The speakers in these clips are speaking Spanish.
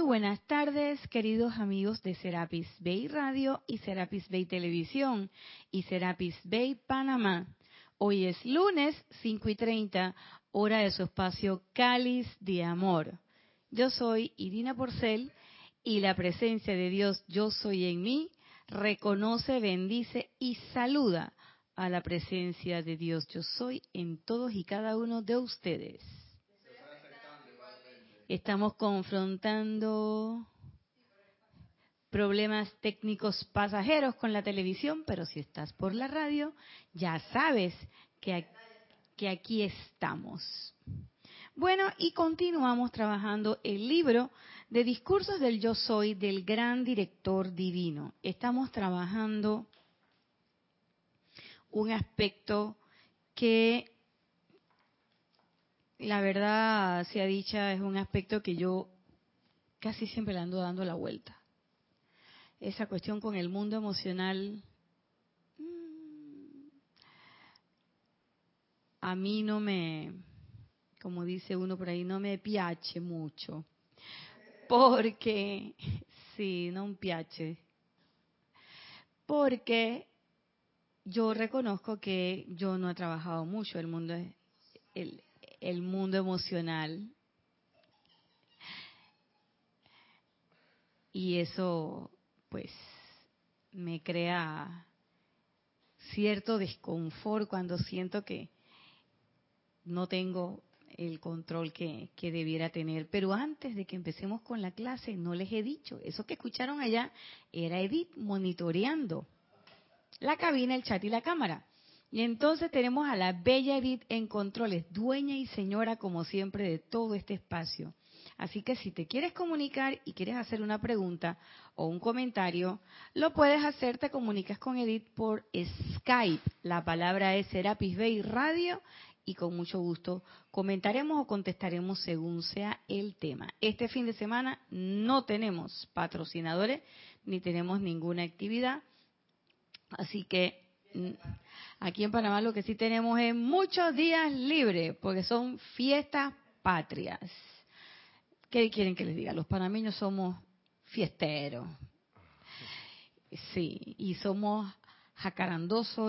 buenas tardes, queridos amigos de Serapis Bay Radio y Serapis Bay Televisión y Serapis Bay Panamá. Hoy es lunes 5:30, hora de su espacio Cáliz de Amor. Yo soy Irina Porcel y la presencia de Dios Yo Soy en mí reconoce, bendice y saluda a la presencia de Dios Yo Soy en todos y cada uno de ustedes. Estamos confrontando problemas técnicos pasajeros con la televisión, pero si estás por la radio, ya sabes que aquí estamos. Bueno, y continuamos trabajando el libro de Discursos del Yo Soy del Gran Director Divino. Estamos trabajando un aspecto que, la verdad sea dicha, es un aspecto que yo casi siempre le ando dando la vuelta. Esa cuestión con el mundo emocional, a mí no me, como dice uno por ahí, no me piace mucho. Porque, sí, no me piace. Porque yo reconozco que yo no he trabajado mucho el mundo emocional. Y eso, pues, me crea cierto desconfort cuando siento que no tengo el control que debiera tener. Pero antes de que empecemos con la clase, no les he dicho, eso que escucharon allá era Edith monitoreando la cabina, el chat y la cámara. Y entonces tenemos a la bella Edith en controles, dueña y señora como siempre de todo este espacio. Así que si te quieres comunicar y quieres hacer una pregunta o un comentario, lo puedes hacer, te comunicas con Edith por Skype. La palabra es Serapis Bay Radio y con mucho gusto comentaremos o contestaremos según sea el tema. Este fin de semana no tenemos patrocinadores ni tenemos ninguna actividad, así que aquí en Panamá lo que sí tenemos es muchos días libres porque son fiestas patrias. ¿Qué quieren que les diga? Los panameños somos fiesteros. Sí, y somos jacarandosos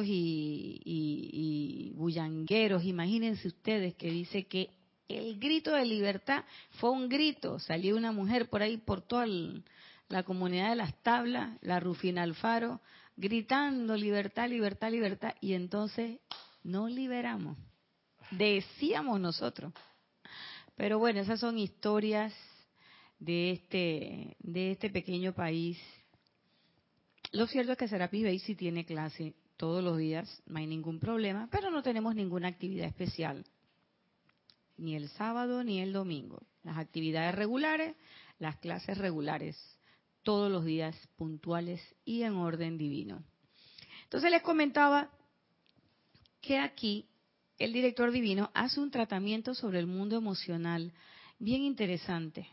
y bullangueros. Imagínense ustedes que dice que el grito de libertad fue un grito. Salió una mujer por ahí, por toda la comunidad de las tablas, la Rufina Alfaro, gritando libertad, libertad, libertad. Y entonces no liberamos. Decíamos nosotros. Pero bueno, esas son historias de este pequeño país. Lo cierto es que Serapis Bay sí tiene clase todos los días, no hay ningún problema, pero no tenemos ninguna actividad especial, ni el sábado ni el domingo. Las actividades regulares, las clases regulares, todos los días puntuales y en orden divino. Entonces les comentaba que aquí el director divino hace un tratamiento sobre el mundo emocional bien interesante.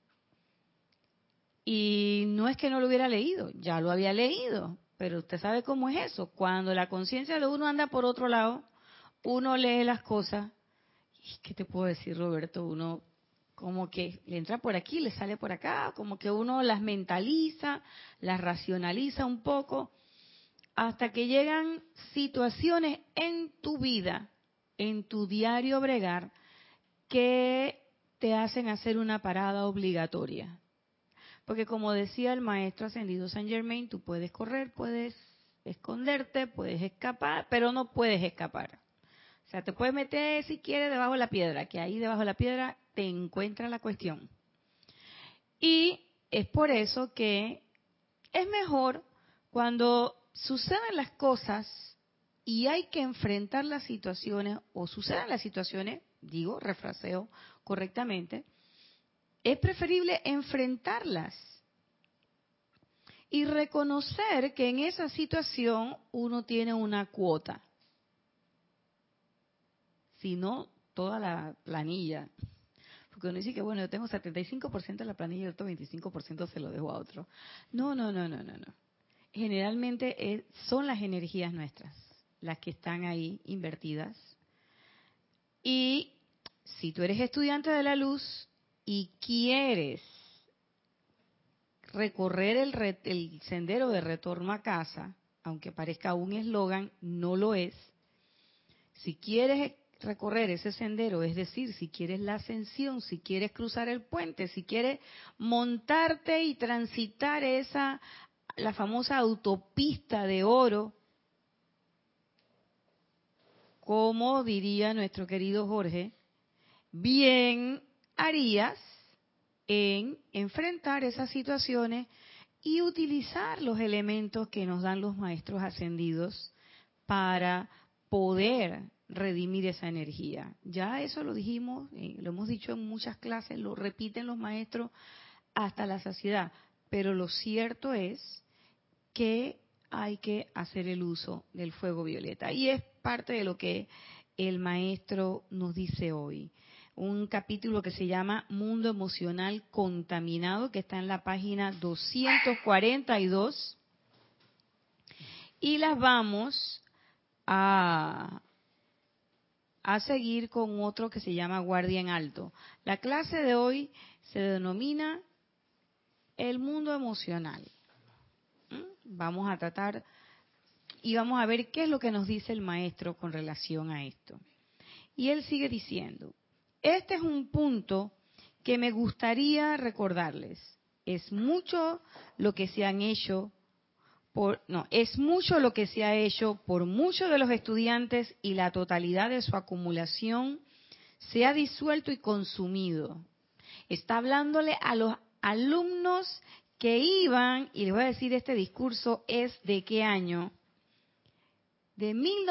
Y no es que no lo hubiera leído, ya lo había leído, pero usted sabe cómo es eso. Cuando la conciencia de uno anda por otro lado, uno lee las cosas, y ¿qué te puedo decir, Roberto? Uno como que le entra por aquí, le sale por acá, como que uno las mentaliza, las racionaliza un poco, hasta que llegan situaciones en tu vida, en tu diario bregar, que te hacen hacer una parada obligatoria. Porque como decía el maestro ascendido Saint Germain, tú puedes correr, puedes esconderte, puedes escapar, pero no puedes escapar. O sea, te puedes meter si quieres debajo de la piedra, que ahí debajo de la piedra te encuentra la cuestión. Y es por eso que es mejor cuando suceden las cosas y hay que enfrentar las situaciones, o sucedan las situaciones, digo, refraseo correctamente, es preferible enfrentarlas y reconocer que en esa situación uno tiene una cuota. Si no, toda la planilla. Porque uno dice que, bueno, yo tengo 75% de la planilla y el otro 25% se lo dejo a otro. No. Generalmente son las energías nuestras las que están ahí invertidas. Y si tú eres estudiante de la luz y quieres recorrer el sendero de retorno a casa, aunque parezca un eslogan, no lo es. Si quieres recorrer ese sendero, es decir, si quieres la ascensión, si quieres cruzar el puente, si quieres montarte y transitar la famosa autopista de oro, como diría nuestro querido Jorge, bien harías en enfrentar esas situaciones y utilizar los elementos que nos dan los maestros ascendidos para poder redimir esa energía. Ya eso lo dijimos, lo hemos dicho en muchas clases, lo repiten los maestros hasta la saciedad, pero lo cierto es que hay que hacer el uso del fuego violeta. Y es parte de lo que el maestro nos dice hoy. Un capítulo que se llama Mundo Emocional Contaminado, que está en la página 242. Y las vamos a seguir con otro que se llama Guardia en Alto. La clase de hoy se denomina el mundo emocional. Vamos a tratar y vamos a ver qué es lo que nos dice el maestro con relación a esto. Y él sigue diciendo, este es un punto que me gustaría recordarles. Es mucho lo que se han hecho es mucho lo que se ha hecho por muchos de los estudiantes y la totalidad de su acumulación se ha disuelto y consumido. Está hablándole a los alumnos que iban, y les voy a decir, este discurso es de qué año, de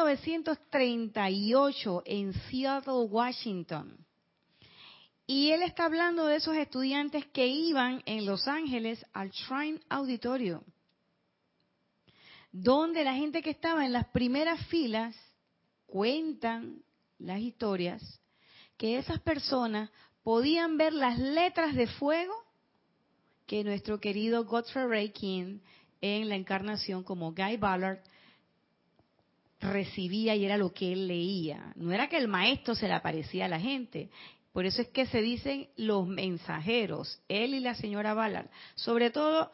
1938 en Seattle, Washington. Y él está hablando de esos estudiantes que iban en Los Ángeles al Shrine Auditorio, donde la gente que estaba en las primeras filas cuentan las historias que esas personas podían ver las letras de fuego que nuestro querido Godfrey Ray King en la encarnación como Guy Ballard recibía, y era lo que él leía. No era que el maestro se le aparecía a la gente. Por eso es que se dicen los mensajeros, él y la señora Ballard. Sobre todo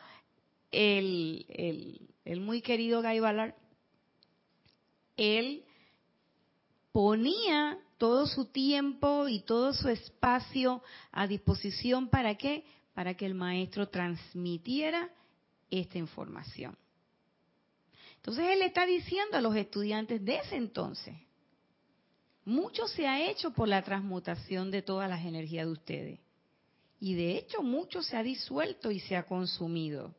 el muy querido Guy Ballard, él ponía todo su tiempo y todo su espacio a disposición. ¿Para qué? Para que el maestro transmitiera esta información. Entonces él está diciendo a los estudiantes de ese entonces, mucho se ha hecho por la transmutación de todas las energías de ustedes. Y de hecho mucho se ha disuelto y se ha consumido.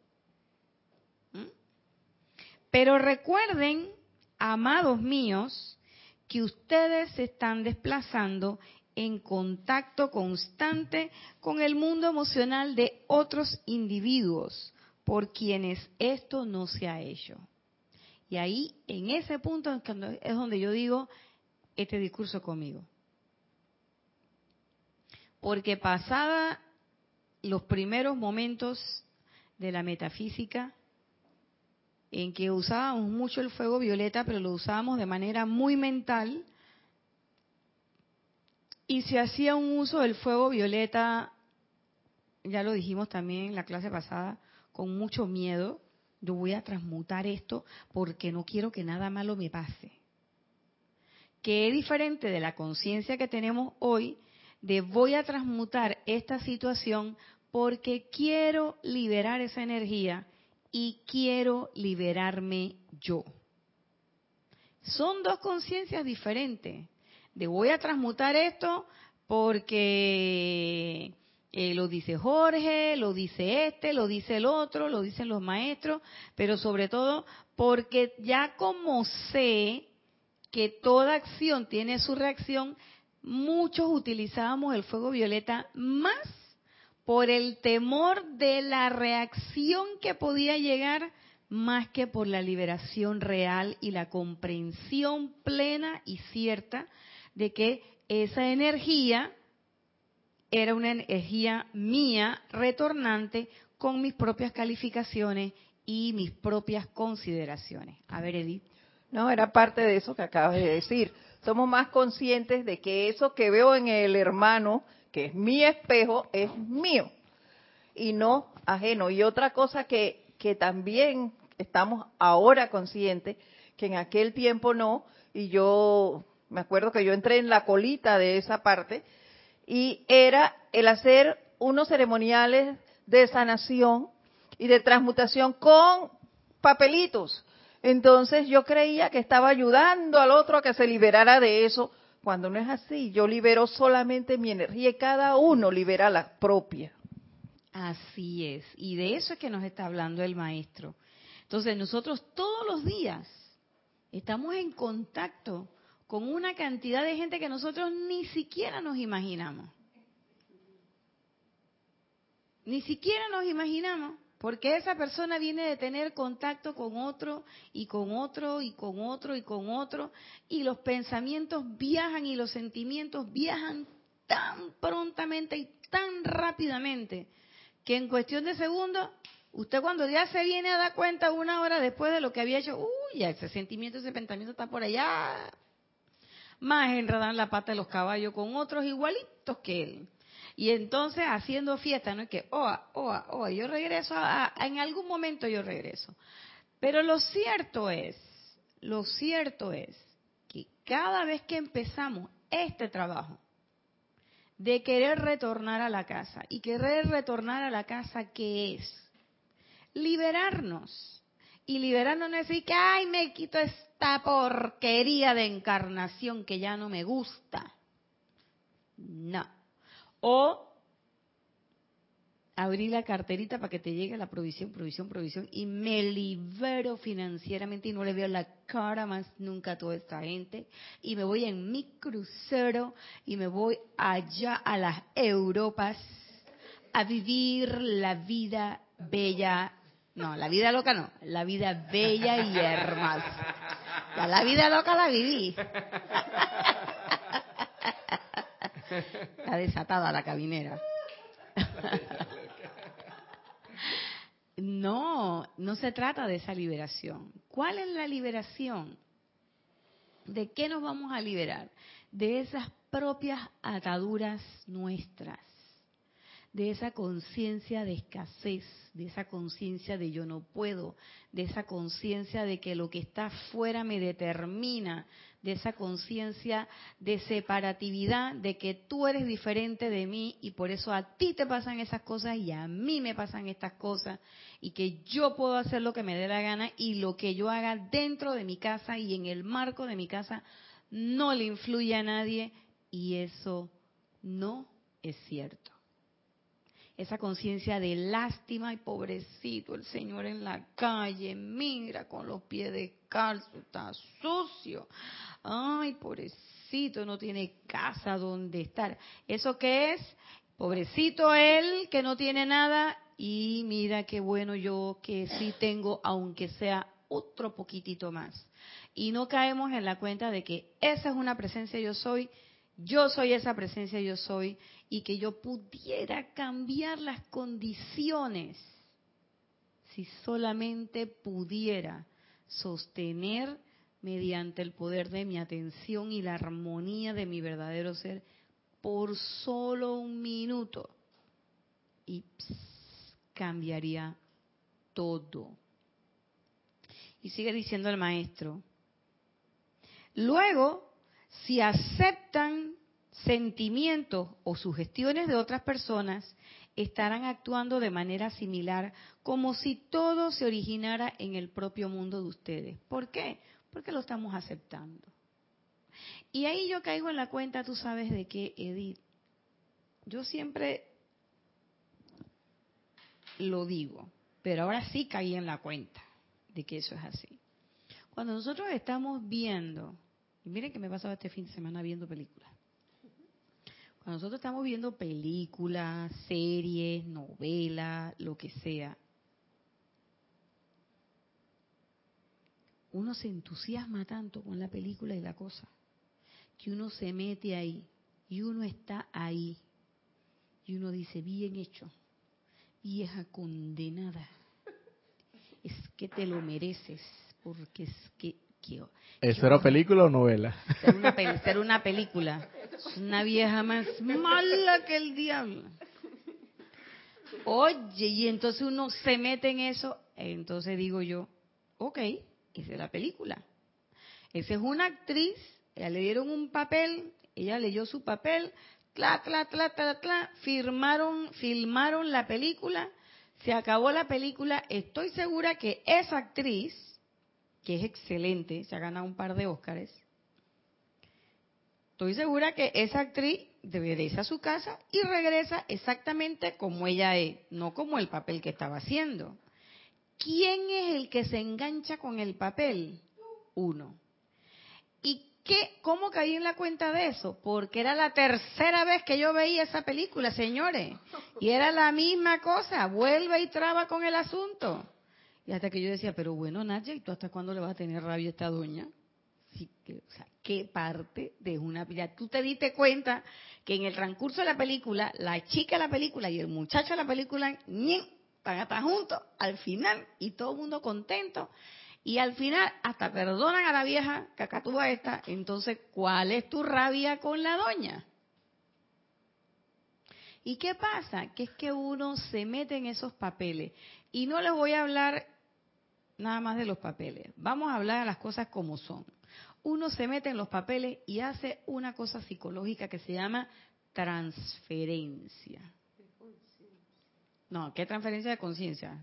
Pero recuerden, amados míos, que ustedes se están desplazando en contacto constante con el mundo emocional de otros individuos por quienes esto no se ha hecho. Y ahí, en ese punto, es donde yo digo, este discurso conmigo. Porque pasada los primeros momentos de la metafísica, en que usábamos mucho el fuego violeta, pero lo usábamos de manera muy mental, y se hacía un uso del fuego violeta, ya lo dijimos también en la clase pasada, con mucho miedo. Yo voy a transmutar esto porque no quiero que nada malo me pase. Que es diferente de la conciencia que tenemos hoy, de voy a transmutar esta situación porque quiero liberar esa energía y quiero liberarme yo. Son dos conciencias diferentes. De voy a transmutar esto porque lo dice Jorge, lo dice este, lo dice el otro, lo dicen los maestros, pero sobre todo porque ya como sé que toda acción tiene su reacción, muchos utilizábamos el fuego violeta más por el temor de la reacción que podía llegar, más que por la liberación real y la comprensión plena y cierta de que esa energía era una energía mía retornante con mis propias calificaciones y mis propias consideraciones. A ver, Edith. No, era parte de eso que acabas de decir. Somos más conscientes de que eso que veo en el hermano, que es mi espejo, es mío. y no ajeno. Y otra cosa que también estamos ahora conscientes, que en aquel tiempo no, y yo me acuerdo que yo entré en la colita de esa parte, y era el hacer unos ceremoniales de sanación y de transmutación con papelitos. Entonces yo creía que estaba ayudando al otro a que se liberara de eso, cuando no es así. Yo libero solamente mi energía y cada uno libera la propia. Así es, y de eso es que nos está hablando el maestro. Entonces nosotros todos los días estamos en contacto con una cantidad de gente que nosotros ni siquiera nos imaginamos. Ni siquiera nos imaginamos, porque esa persona viene de tener contacto con otro y con otro y con otro y con otro, y los pensamientos viajan y los sentimientos viajan tan prontamente y tan rápidamente que en cuestión de segundos, usted cuando ya se viene a dar cuenta 1 hora después de lo que había hecho, ya ese sentimiento, ese pensamiento está por allá, más enredado en la pata de los caballos con otros igualitos que él. Y entonces haciendo fiesta, ¿no? Es que, yo regreso, en algún momento yo regreso. Pero lo cierto es que cada vez que empezamos este trabajo de querer retornar a la casa, y querer retornar a la casa, ¿qué es? Liberarnos. Y liberarnos no es decir que, ay, me quito esta porquería de encarnación que ya no me gusta. No. O abrir la carterita para que te llegue la provisión, y me libero financieramente y no le veo la cara más nunca a toda esta gente, y me voy en mi crucero y me voy allá a las Europas a vivir la vida bella. No, la vida loca no, la vida bella y hermosa. Ya la vida loca la viví. Está desatada la cabinera. No, no se trata de esa liberación. ¿Cuál es la liberación? ¿De qué nos vamos a liberar? De esas propias ataduras nuestras, de esa conciencia de escasez, de esa conciencia de yo no puedo, de esa conciencia de que lo que está afuera me determina, de esa conciencia de separatividad, de que tú eres diferente de mí y por eso a ti te pasan esas cosas y a mí me pasan estas cosas, y que yo puedo hacer lo que me dé la gana y lo que yo haga dentro de mi casa y en el marco de mi casa no le influye a nadie, y eso no es cierto. Esa conciencia de lástima, y pobrecito el Señor en la calle, mira con los pies descalzos, está sucio. Ay, pobrecito, no tiene casa donde estar. ¿Eso qué es? Pobrecito él que no tiene nada, y mira qué bueno yo que sí tengo, aunque sea otro poquitito más. Y no caemos en la cuenta de que esa es una presencia yo soy esa presencia yo soy, y que yo pudiera cambiar las condiciones si solamente pudiera sostener mediante el poder de mi atención y la armonía de mi verdadero ser por solo 1 minuto, y cambiaría todo. Y sigue diciendo el maestro, luego, si aceptan sentimientos o sugestiones de otras personas, estarán actuando de manera similar, como si todo se originara en el propio mundo de ustedes. ¿Por qué? Porque lo estamos aceptando. Y ahí yo caigo en la cuenta, tú sabes de qué, Edith. Yo siempre lo digo, pero ahora sí caí en la cuenta de que eso es así. Cuando nosotros estamos viendo, y miren que me he pasado este fin de semana viendo películas. Cuando nosotros estamos viendo películas, series, novelas, lo que sea, uno se entusiasma tanto con la película y la cosa, que uno se mete ahí, y uno está ahí, y uno dice, bien hecho, vieja condenada, es que te lo mereces, porque es que... ¿Eso era película o novela? Era una película. Es una vieja más mala que el diablo. Oye, y entonces uno se mete en eso, entonces digo yo, ok, esa es la película. Esa es una actriz, ella le dieron un papel, ella leyó su papel, filmaron la película, se acabó la película. Estoy segura que esa actriz, que es excelente, se ha ganado un par de Óscares, estoy segura que esa actriz debería irse a su casa y regresa exactamente como ella es, no como el papel que estaba haciendo. ¿Quién es el que se engancha con el papel? Uno. ¿Y cómo caí en la cuenta de eso? Porque era la tercera vez que yo veía esa película, señores. Y era la misma cosa, vuelve y traba con el asunto. Y hasta que yo decía, pero bueno, Nadia, ¿y tú hasta cuándo le vas a tener rabia a esta doña? Sí, o sea, ¿qué parte de una película? Tú te diste cuenta que en el transcurso de la película, la chica de la película y el muchacho de la película van a estar juntos al final y todo el mundo contento. Y al final hasta perdonan a la vieja cacatúa esta. Entonces, ¿cuál es tu rabia con la doña? ¿Y qué pasa? Que es que uno se mete en esos papeles. Y no les voy a hablar nada más de los papeles. Vamos a hablar de las cosas como son. Uno se mete en los papeles y hace una cosa psicológica que se llama transferencia. No, ¿qué transferencia de conciencia?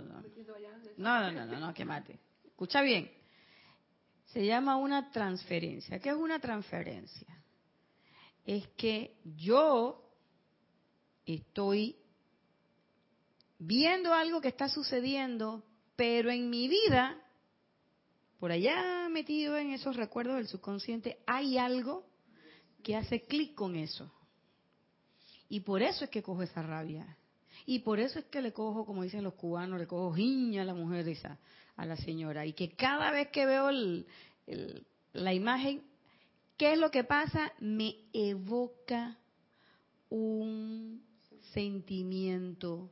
No, que mate. Escucha bien. Se llama una transferencia. ¿Qué es una transferencia? Es que yo estoy viendo algo que está sucediendo, pero en mi vida, por allá metido en esos recuerdos del subconsciente, hay algo que hace clic con eso. Y por eso es que cojo esa rabia. Y por eso es que le cojo, como dicen los cubanos, le cojo jiña a la mujer esa, a la señora. Y que cada vez que veo la imagen, ¿qué es lo que pasa? Me evoca un sentimiento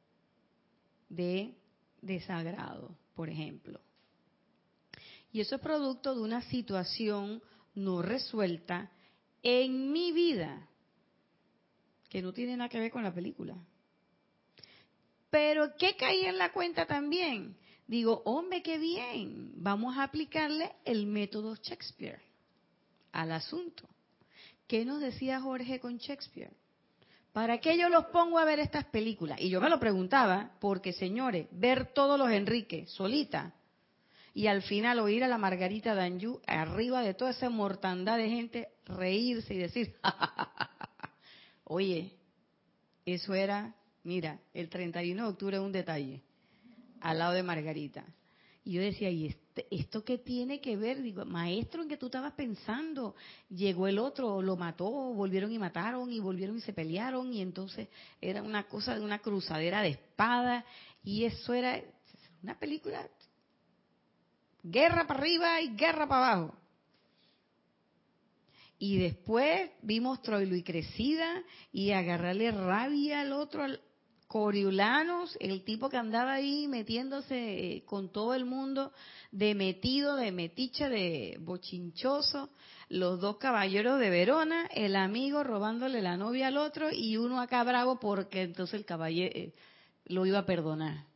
de desagrado, por ejemplo. Y eso es producto de una situación no resuelta en mi vida, que no tiene nada que ver con la película. Pero ¿qué caí en la cuenta también? Digo, hombre, qué bien, vamos a aplicarle el método Shakespeare al asunto. ¿Qué nos decía Jorge con Shakespeare? ¿Para qué yo los pongo a ver estas películas? Y yo me lo preguntaba, porque señores, ver todos los Enrique solita y al final oír a la Margarita Danjou arriba de toda esa mortandad de gente, reírse y decir, oye, eso era, mira, el 31 de octubre un detalle, al lado de Margarita. Y yo decía, ¿y esto qué tiene que ver? Digo, maestro, ¿en qué tú estabas pensando? Llegó el otro, lo mató, volvieron y mataron, y volvieron y se pelearon, y entonces era una cosa de una cruzadera de espada, y eso era una película, guerra para arriba y guerra para abajo. Y después vimos Troilo y Crecida, y agarrarle rabia al otro, al Coriolanos, el tipo que andaba ahí metiéndose con todo el mundo, de metido, de metiche, de bochinchoso, los dos caballeros de Verona, el amigo robándole la novia al otro y uno acá bravo porque entonces el caballero lo iba a perdonar.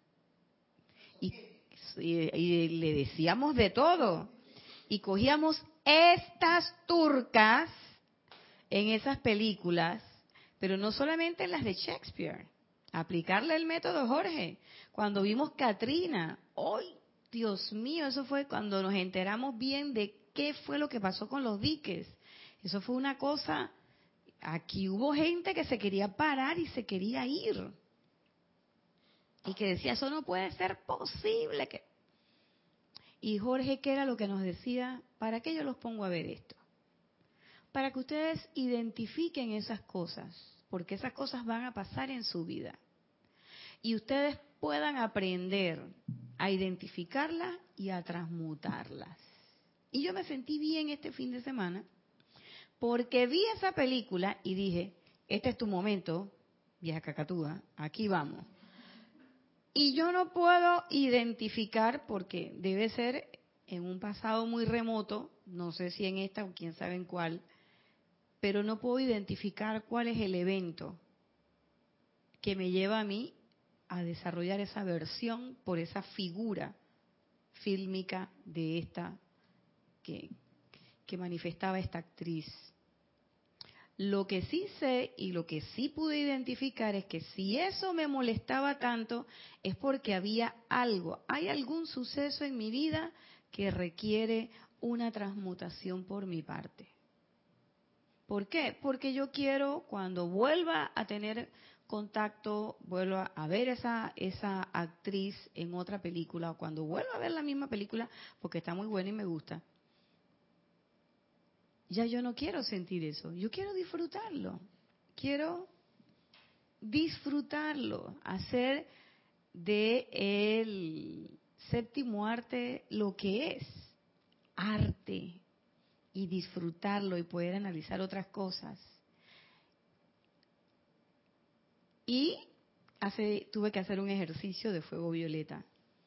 Y le decíamos de todo. Y cogíamos estas turcas en esas películas, pero no solamente en las de Shakespeare. Aplicarle el método Jorge. Cuando vimos Katrina, ¡ay, Dios mío! Eso fue cuando nos enteramos bien de qué fue lo que pasó con los diques. Eso fue una cosa, aquí hubo gente que se quería parar y se quería ir. Y que decía, eso no puede ser posible. Y Jorge, ¿qué era lo que nos decía? ¿Para qué yo los pongo a ver esto? Para que ustedes identifiquen esas cosas, porque esas cosas van a pasar en su vida. Y ustedes puedan aprender a identificarlas y a transmutarlas. Y yo me sentí bien este fin de semana, porque vi esa película y dije, este es tu momento, vieja cacatúa, aquí vamos. Y yo no puedo identificar, porque debe ser en un pasado muy remoto, no sé si en esta o quién sabe en cuál, pero no puedo identificar cuál es el evento que me lleva a mí a desarrollar esa versión por esa figura fílmica de esta que manifestaba esta actriz. Lo que sí sé y lo que sí pude identificar es que si eso me molestaba tanto es porque había algo, hay algún suceso en mi vida que requiere una transmutación por mi parte. ¿Por qué? Porque yo quiero, cuando vuelva a tener contacto, vuelva a ver esa actriz en otra película, o cuando vuelva a ver la misma película, porque está muy buena y me gusta, ya yo no quiero sentir eso, yo quiero disfrutarlo, hacer de el séptimo arte lo que es arte y disfrutarlo y poder analizar otras cosas. Y tuve que hacer un ejercicio de fuego violeta.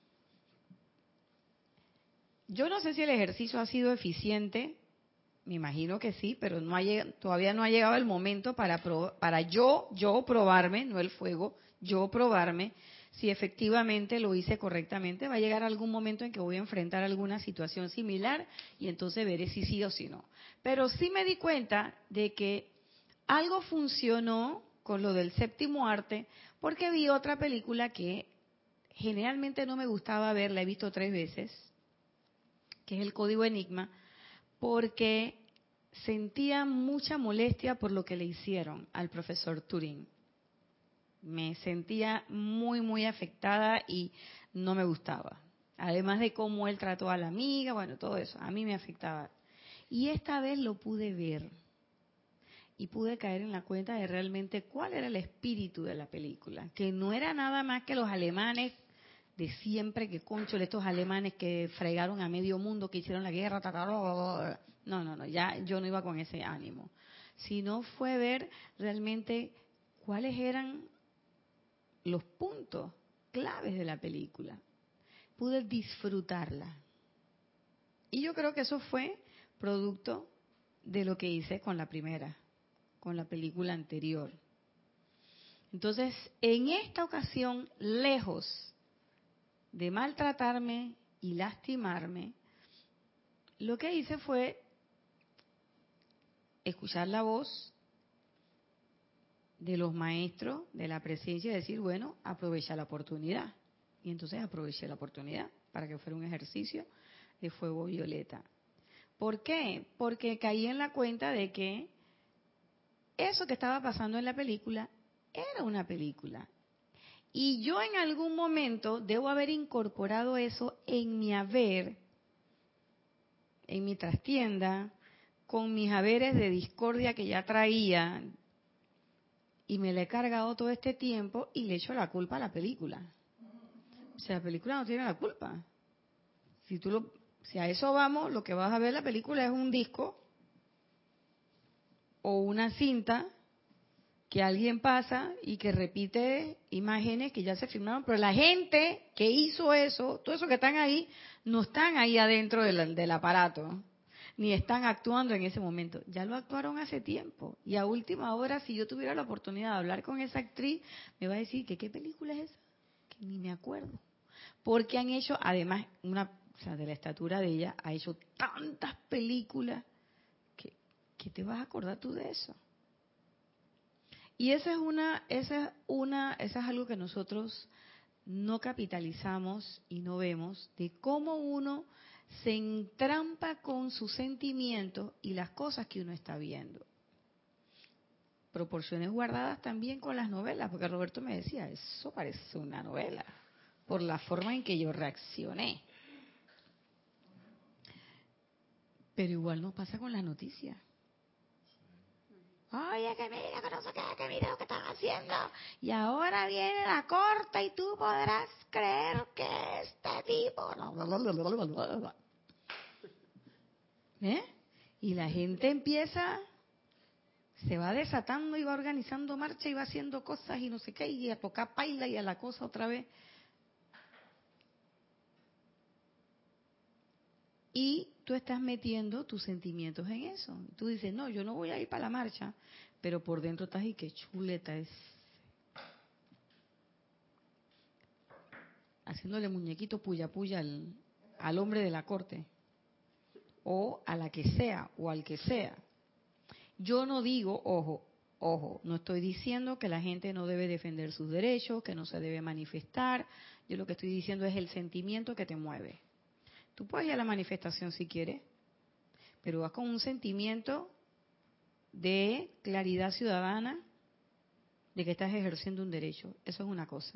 Yo no sé si el ejercicio ha sido eficiente. Me imagino que sí, pero todavía no ha llegado el momento para yo probarme, no el fuego, yo probarme si efectivamente lo hice correctamente. Va a llegar algún momento en que voy a enfrentar alguna situación similar y entonces veré si sí o si no. Pero sí me di cuenta de que algo funcionó con lo del séptimo arte porque vi otra película que generalmente no me gustaba ver, la he visto 3 veces, que es El Código Enigma, porque sentía mucha molestia por lo que le hicieron al profesor Turing. Me sentía muy, muy afectada y no me gustaba. Además de cómo él trató a la amiga, bueno, todo eso, a mí me afectaba. Y esta vez lo pude ver y pude caer en la cuenta de realmente cuál era el espíritu de la película, que no era nada más que los alemanes de siempre, que conchole, estos alemanes que fregaron a medio mundo, que hicieron la guerra, no, ya yo no iba con ese ánimo, sino fue ver realmente cuáles eran los puntos claves de la película. Pude disfrutarla. Y yo creo que eso fue producto de lo que hice con la primera, con la película anterior. Entonces, en esta ocasión, lejos de maltratarme y lastimarme, lo que hice fue escuchar la voz de los maestros de la presencia y decir, bueno, aprovecha la oportunidad. Y entonces aproveché la oportunidad para que fuera un ejercicio de fuego violeta. ¿Por qué? Porque caí en la cuenta de que eso que estaba pasando en la película era una película. Y yo en algún momento debo haber incorporado eso en mi haber, en mi trastienda, con mis haberes de discordia que ya traía, y me le he cargado todo este tiempo y le echo la culpa a la película. O sea, la película no tiene la culpa. Si a eso vamos, lo que vas a ver en la película es un disco o una cinta que alguien pasa y que repite imágenes que ya se filmaron, pero la gente que hizo eso, todo eso que están ahí, no están ahí adentro del aparato, ni están actuando en ese momento. Ya lo actuaron hace tiempo. Y a última hora, si yo tuviera la oportunidad de hablar con esa actriz, me va a decir que qué película es esa, que ni me acuerdo. Porque han hecho, además, de la estatura de ella, ha hecho tantas películas que te vas a acordar tú de eso. Y eso es algo que nosotros no capitalizamos y no vemos, de cómo uno se entrampa con sus sentimientos y las cosas que uno está viendo. Proporciones guardadas también con las novelas, porque Roberto me decía, eso parece una novela, por la forma en que yo reaccioné. Pero igual nos pasa con las noticias. Oye, que mira, que no sé qué, que mira lo que están haciendo. Y ahora viene la corte y tú podrás creer que este tipo... ¿Eh? Y la gente se va desatando y va organizando marcha y va haciendo cosas y no sé qué, y a tocar paila y a la cosa otra vez. Y tú estás metiendo tus sentimientos en eso. Tú dices, no, yo no voy a ir para la marcha, pero por dentro estás y qué chuleta es. haciéndole muñequito puya puya al hombre de la corte, o a la que sea, o al que sea. Yo no digo, ojo, no estoy diciendo que la gente no debe defender sus derechos, que no se debe manifestar. Yo lo que estoy diciendo es el sentimiento que te mueve. Tú puedes ir a la manifestación si quieres, pero vas con un sentimiento de claridad ciudadana, de que estás ejerciendo un derecho. Eso es una cosa.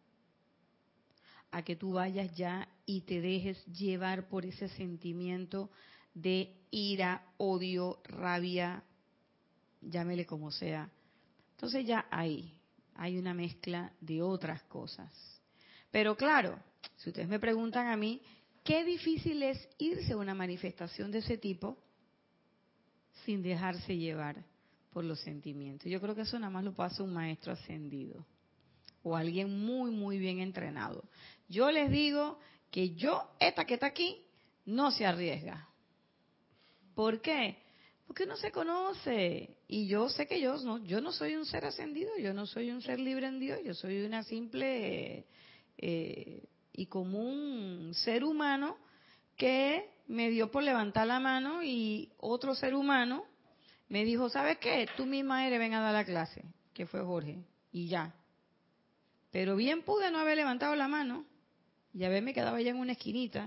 A que tú vayas ya y te dejes llevar por ese sentimiento de ira, odio, rabia, llámele como sea. Entonces ya hay una mezcla de otras cosas. Pero claro, si ustedes me preguntan a mí, qué difícil es irse a una manifestación de ese tipo sin dejarse llevar por los sentimientos. Yo creo que eso nada más lo pasa un maestro ascendido o alguien muy, muy bien entrenado. Yo les digo que esta que está aquí, no se arriesga. ¿Por qué? Porque no se conoce. Y yo sé que yo no soy un ser ascendido, yo no soy un ser libre en Dios, yo soy una simple y común ser humano que me dio por levantar la mano y otro ser humano me dijo, ¿sabes qué? Tú misma eres, ven a dar la clase, que fue Jorge, y ya. Pero bien pude no haber levantado la mano y haberme quedado allá en una esquinita.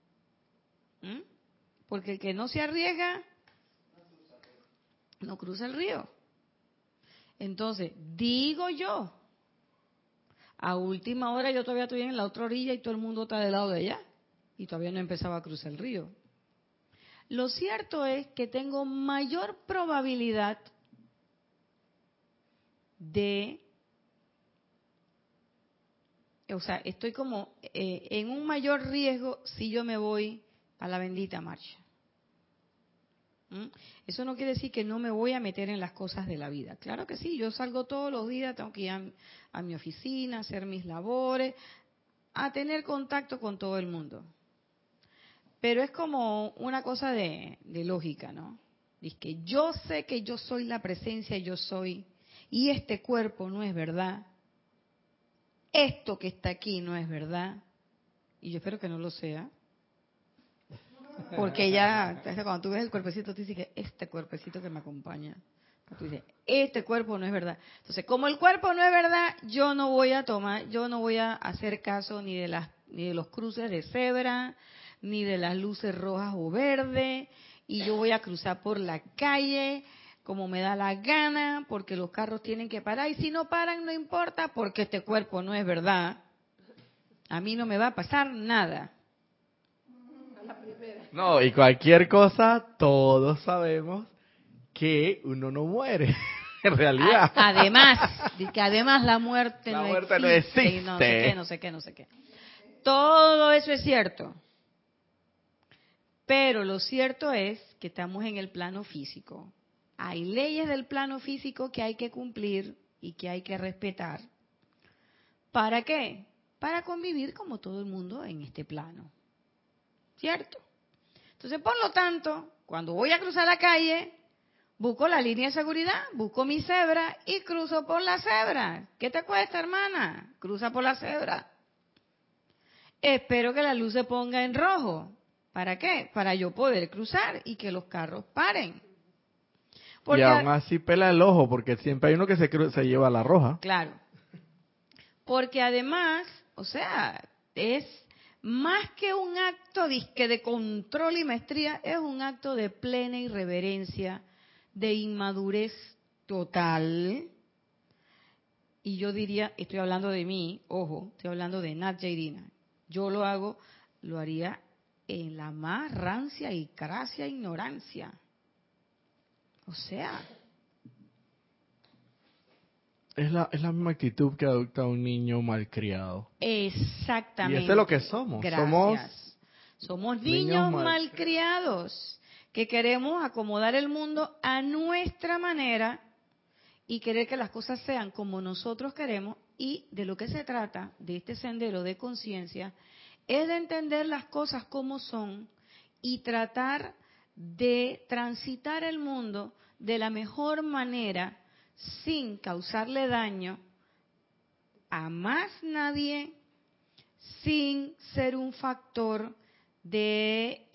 Porque el que no se arriesga no cruza el río. Entonces, digo yo, a última hora yo todavía estoy en la otra orilla y todo el mundo está del lado de allá. Y todavía no empezaba a cruzar el río. Lo cierto es que tengo mayor probabilidad estoy como en un mayor riesgo si yo me voy a la bendita marcha. Eso no quiere decir que no me voy a meter en las cosas de la vida. Claro que sí, yo salgo todos los días, tengo que ir a mi oficina, a hacer mis labores, a tener contacto con todo el mundo. Pero es como una cosa de lógica, ¿no? Dice que yo sé que yo soy la presencia, yo soy, y este cuerpo no es verdad. Esto que está aquí no es verdad. Y yo espero que no lo sea. Porque ya, cuando tú ves el cuerpecito, tú dices que este cuerpecito que me acompaña, tú dices, este cuerpo no es verdad. Entonces, como el cuerpo no es verdad, yo no voy a hacer caso ni de los cruces de cebra, ni de las luces rojas o verdes, y yo voy a cruzar por la calle como me da la gana, porque los carros tienen que parar, y si no paran no importa, porque este cuerpo no es verdad. A mí no me va a pasar nada. No, y cualquier cosa, todos sabemos que uno no muere, en realidad. Además la muerte no existe. Y no sé qué. Todo eso es cierto. Pero lo cierto es que estamos en el plano físico. Hay leyes del plano físico que hay que cumplir y que hay que respetar. ¿Para qué? Para convivir como todo el mundo en este plano. ¿Cierto? Entonces, por lo tanto, cuando voy a cruzar la calle, busco la línea de seguridad, busco mi cebra y cruzo por la cebra. ¿Qué te cuesta, hermana? Cruza por la cebra. Espero que la luz se ponga en rojo. ¿Para qué? Para yo poder cruzar y que los carros paren. Porque, y aún así pela el ojo, porque siempre hay uno que se lleva la roja. Claro. Porque además, es más que un acto de control y maestría, es un acto de plena irreverencia, de inmadurez total. Y yo diría, estoy hablando de mí, ojo, estoy hablando de Nadia Irina. Yo lo haría en la más rancia y crasia ignorancia. Es la misma actitud que adopta un niño malcriado. Exactamente. Y eso es lo que somos. Gracias. Somos niños malcriados que queremos acomodar el mundo a nuestra manera y querer que las cosas sean como nosotros queremos. Y de lo que se trata de este sendero de conciencia es de entender las cosas como son y tratar de transitar el mundo de la mejor manera sin causarle daño a más nadie, sin ser un factor de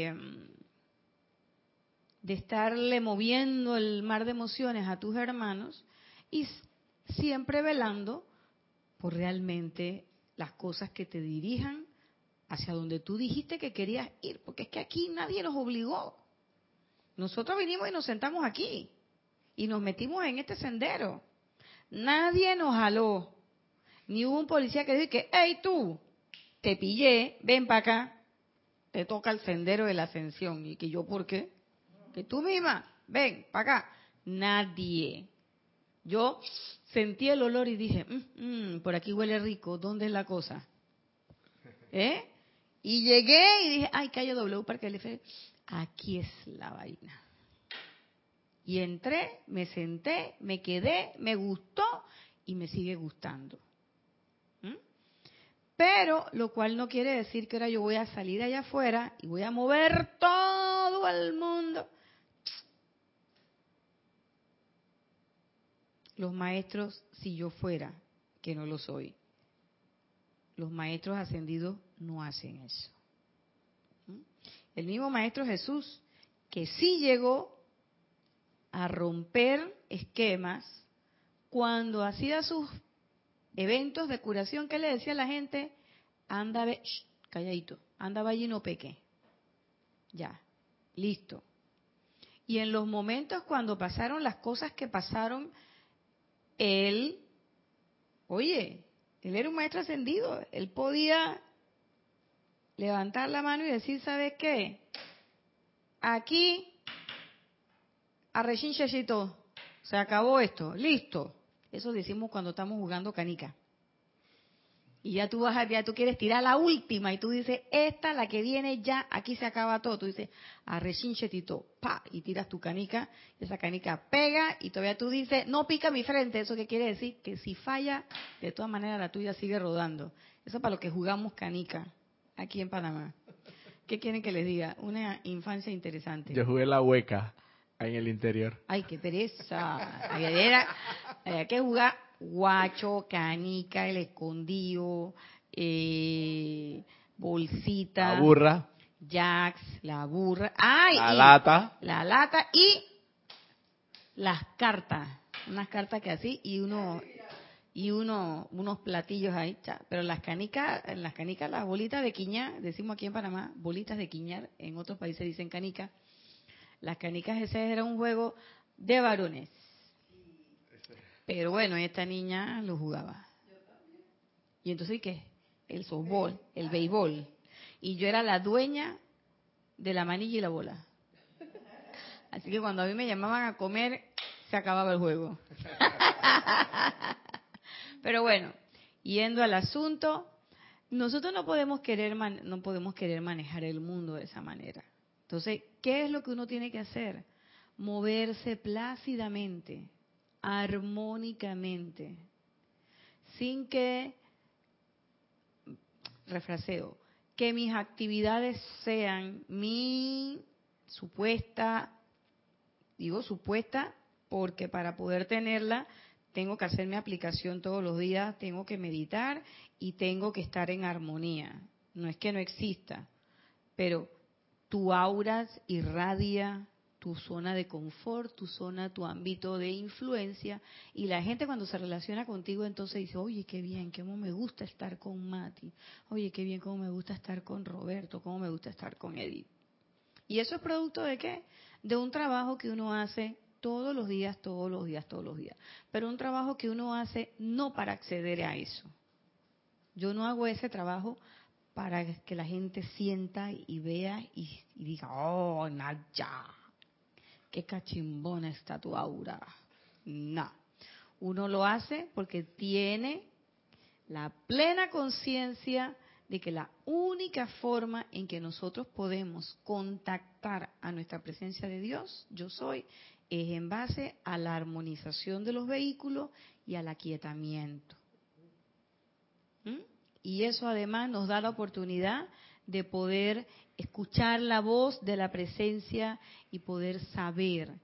estarle moviendo el mar de emociones a tus hermanos y siempre velando por realmente las cosas que te dirijan hacia donde tú dijiste que querías ir, porque es que aquí nadie nos obligó. Nosotros vinimos y nos sentamos aquí y nos metimos en este sendero. Nadie nos jaló, ni hubo un policía que dijo que, hey tú, te pillé, ven para acá, te toca el sendero de la ascensión. Y que yo, ¿por qué? Que tú misma, ven para acá. Nadie. Yo sentí el olor y dije, por aquí huele rico, ¿dónde es la cosa? Y llegué y dije, ay, calle W Parque del F. Aquí es la vaina. Y entré, me senté, me quedé, me gustó y me sigue gustando. Pero lo cual no quiere decir que ahora yo voy a salir allá afuera y voy a mover todo el mundo. Los maestros, si yo fuera, que no lo soy, los maestros ascendidos no hacen eso. El mismo Maestro Jesús, que sí llegó a romper esquemas cuando hacía sus eventos de curación, ¿qué le decía a la gente? Anda, calladito, anda, vaya y no peque. Ya, listo. Y en los momentos cuando pasaron las cosas que pasaron, él era un maestro ascendido, él podía levantar la mano y decir, ¿sabes qué? Aquí, arrechinchecito, se acabó esto, listo. Eso decimos cuando estamos jugando canica. Y ya tú quieres tirar la última y tú dices, esta, la que viene ya, aquí se acaba todo. Tú dices, arrechinchetito, pa, y tiras tu canica, esa canica pega y todavía tú dices, no pica mi frente. ¿Eso qué quiere decir? Que si falla, de todas maneras la tuya sigue rodando. Eso es para los que jugamos canica aquí en Panamá. ¿Qué quieren que les diga? Una infancia interesante. Yo jugué la hueca ahí en el interior. Ay, qué pereza. Había que jugar guacho, canica, el escondido, bolsita, La burra. jacks, la burra, ¡ay! La lata. La lata y las cartas. Unas cartas que así unos platillos ahí, pero en las canicas, las bolitas de quiña, decimos aquí en Panamá, bolitas de quiñar, en otros países dicen canica. Las canicas, ese era un juego de varones. Pero bueno, esta niña lo jugaba. Y entonces, ¿qué? El softball, el béisbol. Y yo era la dueña de la manilla y la bola. Así que cuando a mí me llamaban a comer, se acababa el juego. Pero bueno, yendo al asunto, nosotros no podemos querer manejar el mundo de esa manera. Entonces, ¿qué es lo que uno tiene que hacer? Moverse plácidamente, armónicamente, sin que, refraseo, que mis actividades sean mi supuesta, digo supuesta, porque para poder tenerla tengo que hacer mi aplicación todos los días, tengo que meditar y tengo que estar en armonía. No es que no exista, pero tu aura irradia tu zona de confort, tu ámbito de influencia, y la gente cuando se relaciona contigo entonces dice, oye, qué bien, cómo me gusta estar con Mati, oye, qué bien, cómo me gusta estar con Roberto, cómo me gusta estar con Edith. ¿Y eso es producto de qué? De un trabajo que uno hace todos los días, pero un trabajo que uno hace no para acceder a eso. Yo no hago ese trabajo para que la gente sienta y vea y diga, oh, Naya, qué cachimbona está tu aura. No, uno lo hace porque tiene la plena conciencia de que la única forma en que nosotros podemos contactar a nuestra presencia de Dios, yo soy, es en base a la armonización de los vehículos y al aquietamiento. Y eso además nos da la oportunidad de poder escuchar la voz de la presencia y poder saber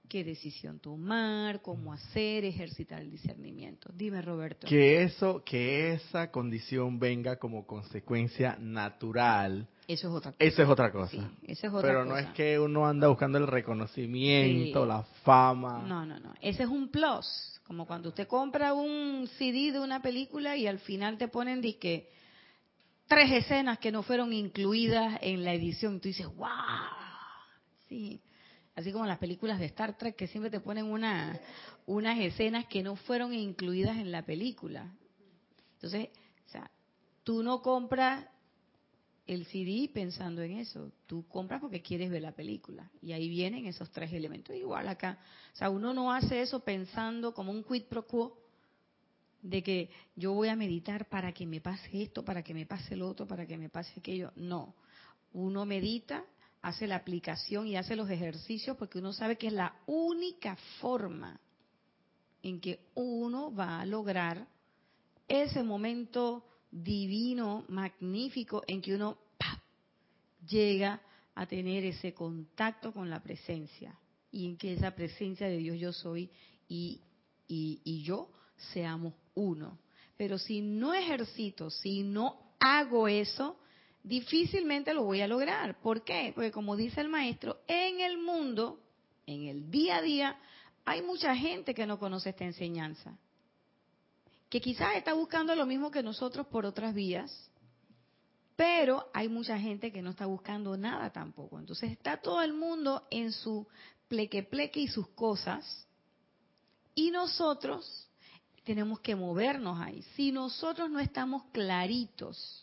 qué decisión tomar, cómo hacer, ejercitar el discernimiento. Dime, Roberto. Que esa condición venga como consecuencia natural. Eso es otra cosa. Eso es otra cosa. Sí, eso es otra Pero cosa. no es que uno anda buscando el reconocimiento, Sí. la fama. No. Ese es un plus. Como cuando usted compra un CD de una película y al final te ponen disque 3 escenas que no fueron incluidas en la edición. Tú dices, ¡wow! Sí. Así como las películas de Star Trek que siempre te ponen unas escenas que no fueron incluidas en la película. Entonces, o sea, tú no compras el CD pensando en eso. Tú compras porque quieres ver la película. Y ahí vienen esos 3 elementos. Igual acá. O sea, uno no hace eso pensando como un quid pro quo de que yo voy a meditar para que me pase esto, para que me pase lo otro, para que me pase aquello. No. Uno medita, hace la aplicación y hace los ejercicios porque uno sabe que es la única forma en que uno va a lograr ese momento divino, magnífico, en que uno llega a tener ese contacto con la presencia y en que esa presencia de Dios yo soy y yo seamos uno. Pero si no ejercito, si no hago eso, difícilmente lo voy a lograr. ¿Por qué? Porque como dice el maestro, en el mundo, en el día a día, hay mucha gente que no conoce esta enseñanza, que quizás está buscando lo mismo que nosotros por otras vías, pero hay mucha gente que no está buscando nada tampoco. Entonces está todo el mundo en su pleque y sus cosas, y nosotros tenemos que movernos ahí. Si nosotros no estamos claritos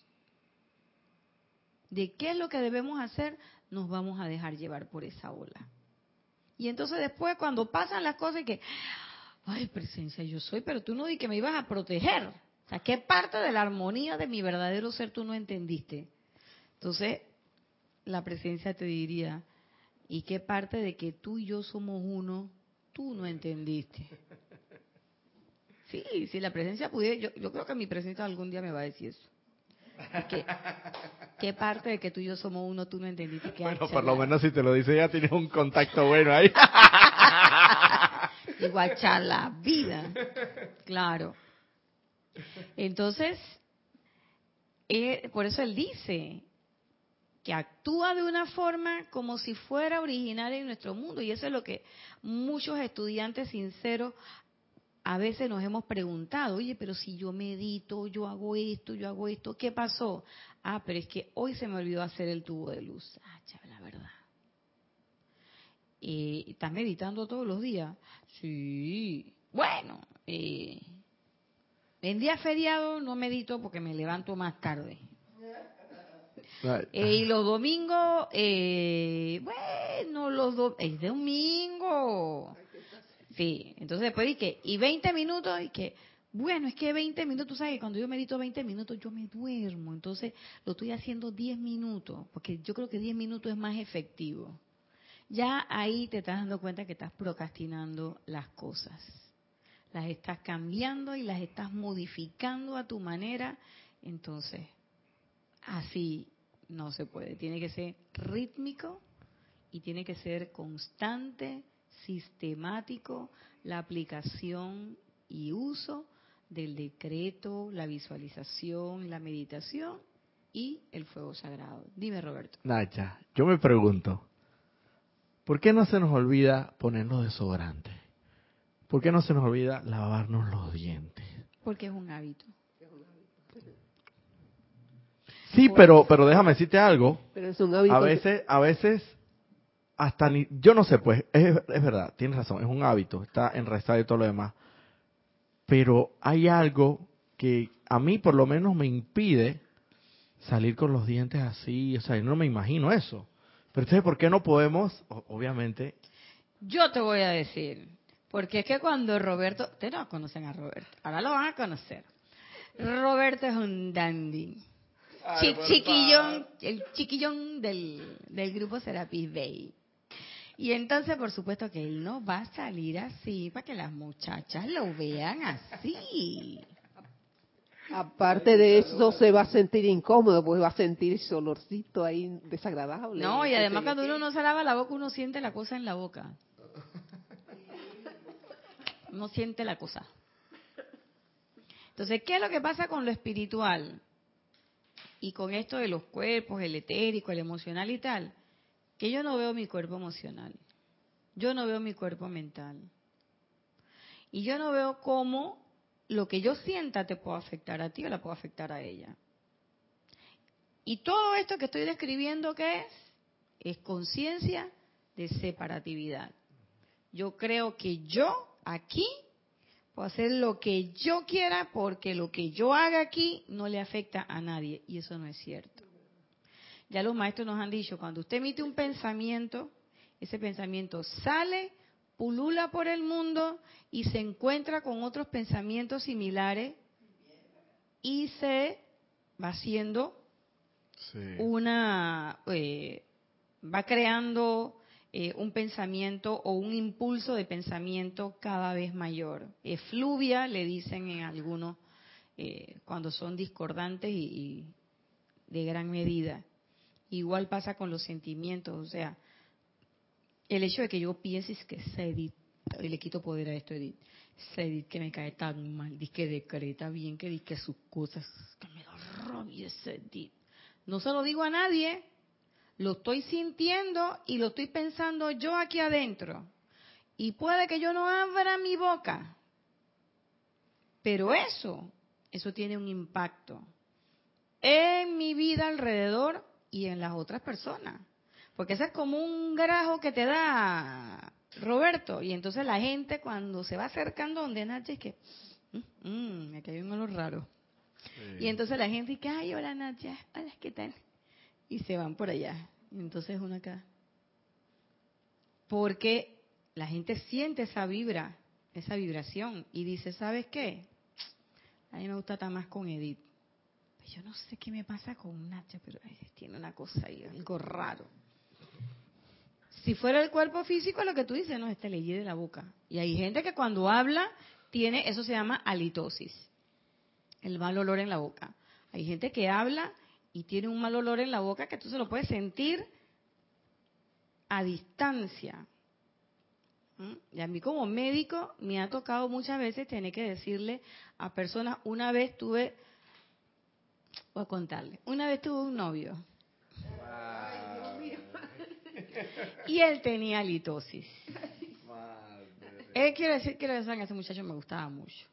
de qué es lo que debemos hacer, nos vamos a dejar llevar por esa ola. Y entonces después cuando pasan las cosas y que, ay, presencia yo soy, pero tú no di que me ibas a proteger. O sea, ¿qué parte de la armonía de mi verdadero ser tú no entendiste? Entonces, la presencia te diría, ¿y qué parte de que tú y yo somos uno tú no entendiste? Sí, si la presencia pudiera, yo creo que mi presencia algún día me va a decir eso. ¿Qué parte de que tú y yo somos uno tú no entendiste? Bueno, por lo menos si te lo dice ya tienes un contacto bueno ahí. Igual la vida, claro. Entonces, por eso él dice que actúa de una forma como si fuera originaria en nuestro mundo. Y eso es lo que muchos estudiantes sinceros a veces nos hemos preguntado. Oye, pero si yo medito, yo hago esto, ¿qué pasó? Ah, pero es que hoy se me olvidó hacer el tubo de luz. Ah, chaval, la verdad. ¿Estás meditando todos los días? Sí. Bueno, en día feriado no medito porque me levanto más tarde. Y los domingos, es de domingo. Sí, entonces después dije, y 20 minutos, y que, bueno, es que 20 minutos, tú sabes que cuando yo medito 20 minutos yo me duermo, entonces lo estoy haciendo 10 minutos, porque yo creo que 10 minutos es más efectivo. Ya ahí te estás dando cuenta que estás procrastinando las cosas. Las estás cambiando y las estás modificando a tu manera, entonces así no se puede. Tiene que ser rítmico y tiene que ser constante, sistemático, la aplicación y uso del decreto, la visualización, la meditación y el fuego sagrado. Dime, Roberto. Nacha, yo me pregunto, ¿por qué no se nos olvida ponernos desodorante? ¿Por qué no se nos olvida lavarnos los dientes? Porque es un hábito. Sí, pero déjame decirte algo. Pero es un hábito. A veces, hasta ni, yo no sé, pues, es verdad, tienes razón, es un hábito, está enraizado y todo lo demás. Pero hay algo que a mí por lo menos me impide salir con los dientes así, o sea, yo no me imagino eso. Pero entonces, ¿por qué no podemos, obviamente? Yo te voy a decir, porque es que cuando Roberto, ustedes no conocen a Roberto, ahora lo van a conocer. Roberto es un dandy. Chiquillón, el chiquillón del grupo Serapis Bay. Y entonces, por supuesto que él no va a salir así para que las muchachas lo vean así. Aparte de eso, se va a sentir incómodo, pues va a sentir ese olorcito ahí desagradable. No, y además cuando uno no se lava la boca, uno siente la cosa en la boca. no siente la cosa. Entonces, ¿qué es lo que pasa con lo espiritual? Y con esto de los cuerpos, el etérico, el emocional y tal, que yo no veo mi cuerpo emocional, yo no veo mi cuerpo mental, y yo no veo cómo lo que yo sienta te puede afectar a ti o la puede afectar a ella. Y todo esto que estoy describiendo, ¿qué es? Es conciencia de separatividad. Yo creo que yo aquí puedo hacer lo que yo quiera porque lo que yo haga aquí no le afecta a nadie. Y eso no es cierto. Ya los maestros nos han dicho, cuando usted emite un pensamiento, ese pensamiento sale, pulula por el mundo y se encuentra con otros pensamientos similares y se va haciendo va creando un pensamiento o un impulso de pensamiento cada vez mayor. Efluvia, le dicen en algunos, cuando son discordantes y de gran medida. Igual pasa con los sentimientos, o sea, el hecho de que yo piense que Edith, y le quito poder a esto, Edith, Edith que me cae tan mal, dice que decreta bien, que dice que sus cosas, que me da rabia ese Edith. No se lo digo a nadie, lo estoy sintiendo y lo estoy pensando yo aquí adentro. Y puede que yo no abra mi boca, pero eso tiene un impacto en mi vida alrededor y en las otras personas. Porque ese es como un grajo que te da Roberto. Y entonces la gente cuando se va acercando donde Nacha es que, me cayó un olor raro. Sí. Y entonces la gente dice, ay, hola Nacha, hola, ¿qué tal? Y se van por allá. Y entonces uno acá. Porque la gente siente esa vibración. Y dice, ¿sabes qué? A mí me gusta estar más con Edith. Yo no sé qué me pasa con Nacha, pero tiene una cosa ahí, algo raro. Si fuera el cuerpo físico, lo que tú dices, no, le hiede la boca. Y hay gente que cuando habla, tiene, eso se llama halitosis, el mal olor en la boca. Hay gente que habla y tiene un mal olor en la boca que tú se lo puedes sentir a distancia. Y a mí como médico me ha tocado muchas veces tener que decirle a personas, una vez voy a contarle, una vez tuve un novio. Y él tenía halitosis. Quiero decir que ese muchacho me gustaba mucho.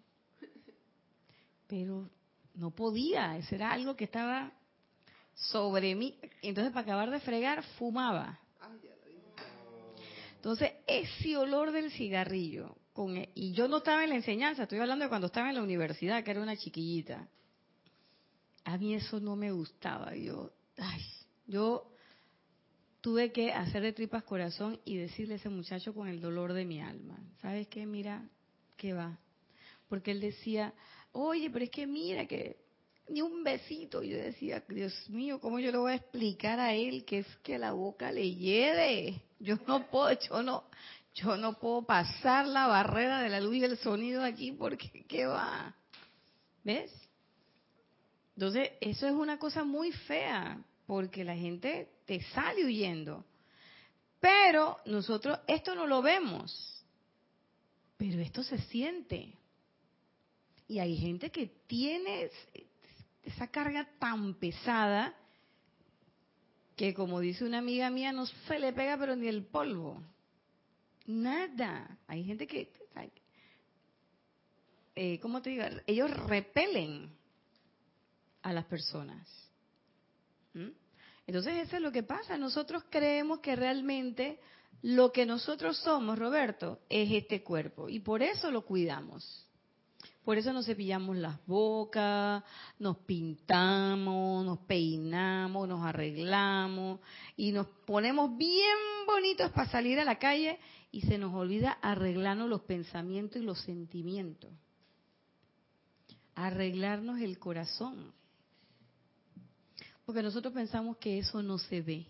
Pero no podía, eso era algo que estaba sobre mí. Entonces, para acabar de fregar, fumaba. Entonces, ese olor del cigarrillo, y yo no estaba en la enseñanza, estoy hablando de cuando estaba en la universidad, que era una chiquillita. A mí eso no me gustaba. Yo tuve que hacer de tripas corazón y decirle a ese muchacho con el dolor de mi alma, ¿sabes qué? Mira, ¿qué va? Porque él decía, oye, pero es que mira, que ni un besito. Yo decía, Dios mío, ¿cómo yo le voy a explicar a él que es que la boca le hiede? Yo no puedo pasar la barrera de la luz y el sonido aquí porque, ¿qué va? ¿Ves? Entonces, eso es una cosa muy fea, porque la gente te sale huyendo. Pero nosotros esto no lo vemos, pero esto se siente. Y hay gente que tiene esa carga tan pesada que, como dice una amiga mía, no se le pega pero ni el polvo. Nada. Hay gente que, ¿cómo te digo? Ellos repelen a las personas. Entonces eso es lo que pasa. Nosotros creemos que realmente lo que nosotros somos, Roberto, es este cuerpo. Y por eso lo cuidamos. Por eso nos cepillamos las bocas, nos pintamos, nos peinamos, nos arreglamos y nos ponemos bien bonitos para salir a la calle y se nos olvida arreglarnos los pensamientos y los sentimientos. Arreglarnos el corazón. Porque nosotros pensamos que eso no se ve,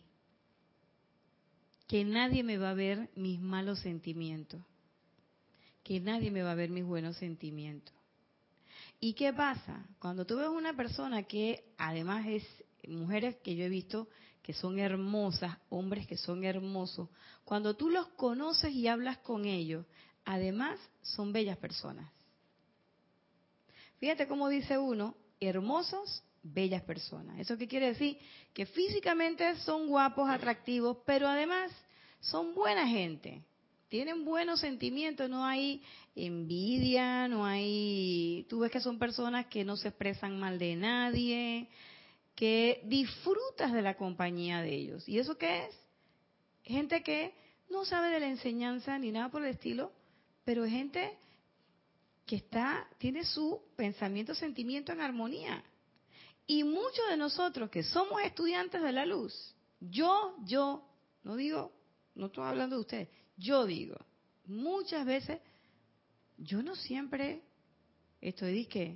que nadie me va a ver mis malos sentimientos, que nadie me va a ver mis buenos sentimientos. ¿Y qué pasa? Cuando tú ves una persona que además es mujeres que yo he visto que son hermosas, hombres que son hermosos, cuando tú los conoces y hablas con ellos, además son bellas personas. Fíjate cómo dice uno, hermosos, bellas personas. ¿Eso qué quiere decir? Que físicamente son guapos, atractivos, pero además son buena gente. Tienen buenos sentimientos, no hay envidia, no hay... Tú ves que son personas que no se expresan mal de nadie, que disfrutas de la compañía de ellos. ¿Y eso qué es? Gente que no sabe de la enseñanza ni nada por el estilo, pero es gente que tiene su pensamiento, sentimiento en armonía. Y muchos de nosotros que somos estudiantes de la luz, yo, no digo, no estoy hablando de ustedes, yo digo, muchas veces, yo no siempre estoy disque,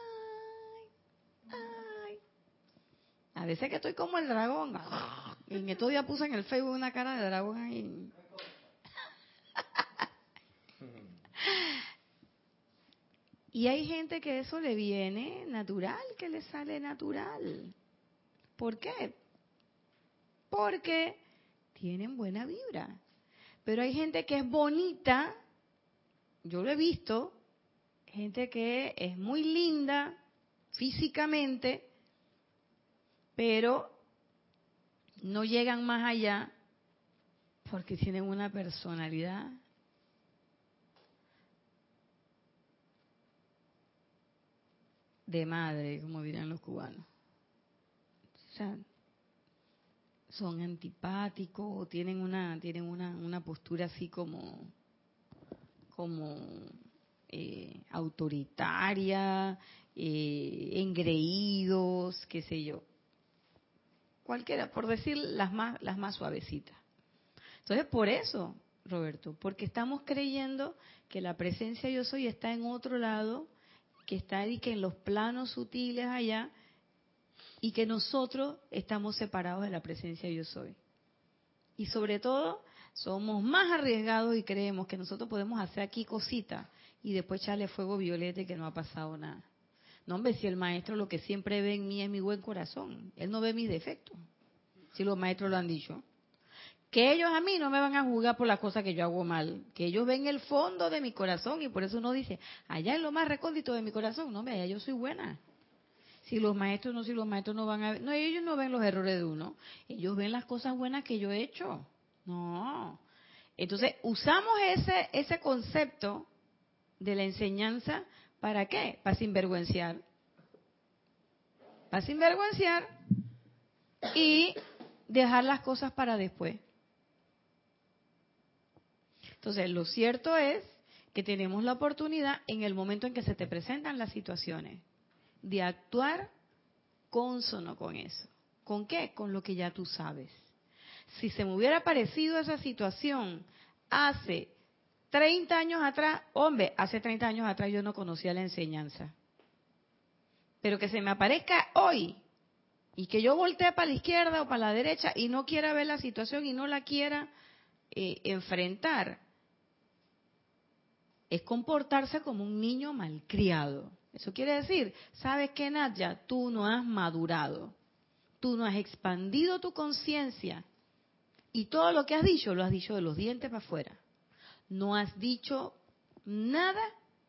ay. A veces que estoy como el dragón. En estos días puse en el Facebook una cara de dragón ahí. Y hay gente que eso le viene natural, que le sale natural. ¿Por qué? Porque tienen buena vibra. Pero hay gente que es bonita, yo lo he visto, gente que es muy linda físicamente, pero no llegan más allá porque tienen una personalidad de madre, como dirán los cubanos. O sea, son antipáticos o tienen una postura así como autoritaria, engreídos, qué sé yo. Cualquiera, por decir las más suavecitas. Entonces, por eso, Roberto, porque estamos creyendo que la presencia yo soy está en otro lado, que está ahí, que en los planos sutiles allá, y que nosotros estamos separados de la presencia yo soy. Y sobre todo, somos más arriesgados y creemos que nosotros podemos hacer aquí cositas y después echarle fuego violeta y que no ha pasado nada. No, hombre, si el maestro lo que siempre ve en mí es mi buen corazón, él no ve mis defectos, si los maestros lo han dicho. Que ellos a mí no me van a juzgar por las cosas que yo hago mal, que ellos ven el fondo de mi corazón y por eso uno dice, allá en lo más recóndito de mi corazón, no, hombre, allá yo soy buena. Si los maestros no van a ver, no, ellos no ven los errores de uno, ellos ven las cosas buenas que yo he hecho. No. Entonces, usamos ese concepto de la enseñanza, ¿para qué? Para sinvergüenciar. Para sinvergüenciar y dejar las cosas para después. Entonces, lo cierto es que tenemos la oportunidad en el momento en que se te presentan las situaciones de actuar cónsono con eso. ¿Con qué? Con lo que ya tú sabes. Si se me hubiera parecido esa situación hace 30 años atrás, hombre, hace 30 años atrás yo no conocía la enseñanza. Pero que se me aparezca hoy y que yo voltee para la izquierda o para la derecha y no quiera ver la situación y no la quiera enfrentar, es comportarse como un niño malcriado. Eso quiere decir, ¿sabes qué, Nadia? Tú no has madurado. Tú no has expandido tu conciencia. Y todo lo que has dicho, lo has dicho de los dientes para afuera. No has dicho nada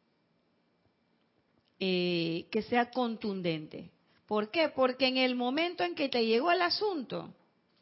que sea contundente. ¿Por qué? Porque en el momento en que te llegó el asunto,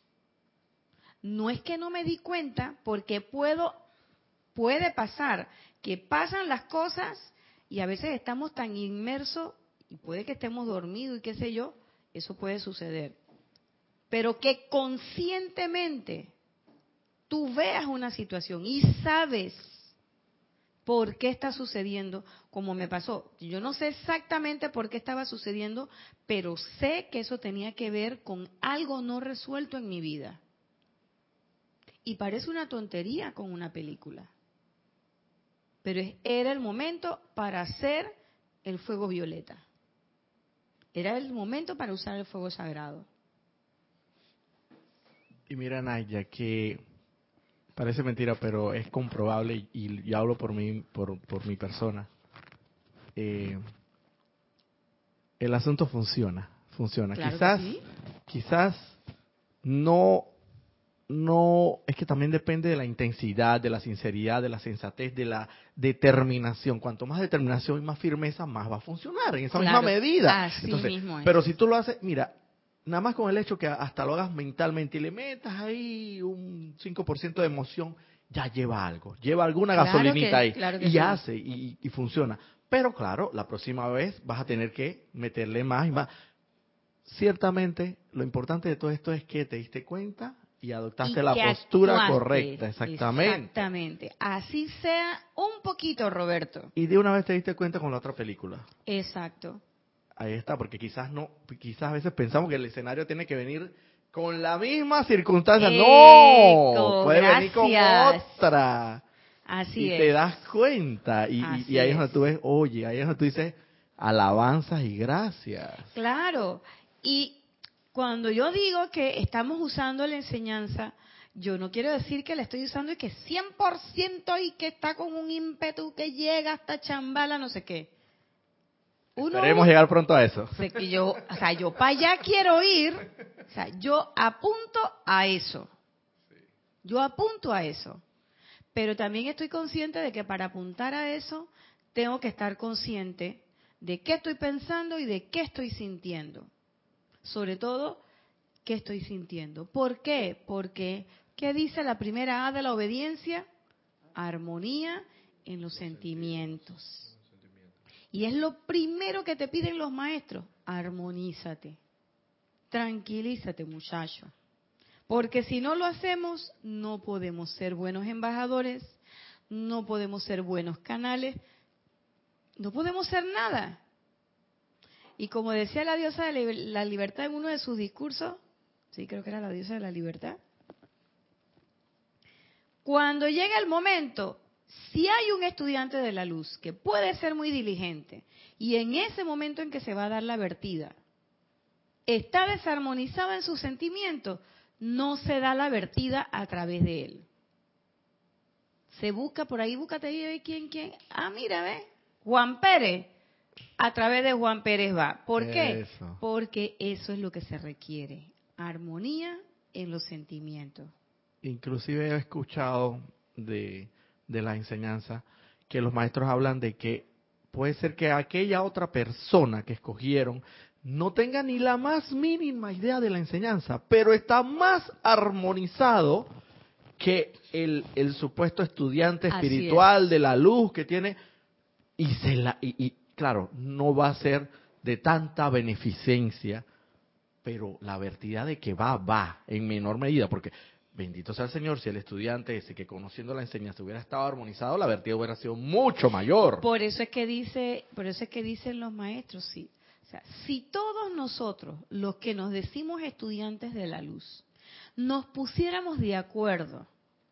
no es que no me di cuenta, porque puede pasar que pasan las cosas y a veces estamos tan inmersos y puede que estemos dormidos y qué sé yo, eso puede suceder. Pero que conscientemente tú veas una situación y sabes por qué está sucediendo como me pasó. Yo no sé exactamente por qué estaba sucediendo, pero sé que eso tenía que ver con algo no resuelto en mi vida. Y parece una tontería con una película. Pero era el momento para hacer el fuego violeta. Era el momento para usar el fuego sagrado. Y mira, Naya, que parece mentira, pero es comprobable, y yo hablo por mí, por mi persona. El asunto funciona. Claro Quizás, que sí. quizás no no, es que también depende de la intensidad, de la sinceridad, de la sensatez, de la determinación. Cuanto más determinación y más firmeza, más va a funcionar en esa misma Claro, medida. así Entonces, mismo es. pero si tú lo haces, mira, nada más con el hecho que hasta lo hagas mentalmente y le metas ahí un 5% de emoción, ya lleva algo, lleva alguna Claro gasolinita ahí claro que y sí. hace y funciona. Pero claro, la próxima vez vas a tener que meterle más y más. Ciertamente, lo importante de todo esto es que te diste cuenta y adoptaste Y la que postura actuaste. correcta, exactamente. Exactamente. Así sea un poquito, Roberto. Y de una vez te diste cuenta con la otra película. Exacto. Ahí está, porque quizás no, quizás a veces pensamos que el escenario tiene que venir con la misma circunstancia. No, puede venir con Gracias. otra. Así Y es. te das cuenta. Así Y ahí es donde es. tú ves, oye, ahí es donde tú dices alabanzas y gracias. Claro. Y cuando yo digo que estamos usando la enseñanza, yo no quiero decir que la estoy usando y que 100% y que está con un ímpetu que llega hasta chambala, no sé qué. Esperemos llegar pronto a eso. Sé que yo para allá quiero ir, o sea, yo apunto a eso. Yo apunto a eso. Pero también estoy consciente de que para apuntar a eso, tengo que estar consciente de qué estoy pensando y de qué estoy sintiendo. Sobre todo, qué estoy sintiendo. ¿Por qué? Porque, ¿qué dice la primera A de la obediencia? Armonía en los sentimientos. Y es lo primero que te piden los maestros. Armonízate. Tranquilízate, muchacho. Porque si no lo hacemos, no podemos ser buenos embajadores, no podemos ser buenos canales, no podemos ser nada. Y como decía la diosa de la libertad en uno de sus discursos, sí, creo que era la diosa de la libertad, cuando llega el momento, si hay un estudiante de la luz que puede ser muy diligente, y en ese momento en que se va a dar la vertida, está desarmonizado en sus sentimientos, no se da la vertida a través de él. Se busca por ahí, búscate ahí, ve quién. Ah, mira, ve, Juan Pérez. A través de Juan Pérez va. ¿Por qué? Eso. Porque eso es lo que se requiere. Armonía en los sentimientos. Inclusive he escuchado de la enseñanza que los maestros hablan de que puede ser que aquella otra persona que escogieron no tenga ni la más mínima idea de la enseñanza, pero está más armonizado que el supuesto estudiante Así espiritual es. de la luz que tiene, y claro, no va a ser de tanta beneficencia, pero la vertida de que va en menor medida, porque bendito sea el Señor, si el estudiante ese que conociendo la enseñanza hubiera estado armonizado, la vertida hubiera sido mucho mayor. Por eso es que dicen los maestros, sí. O sea, si todos nosotros, los que nos decimos estudiantes de la luz, nos pusiéramos de acuerdo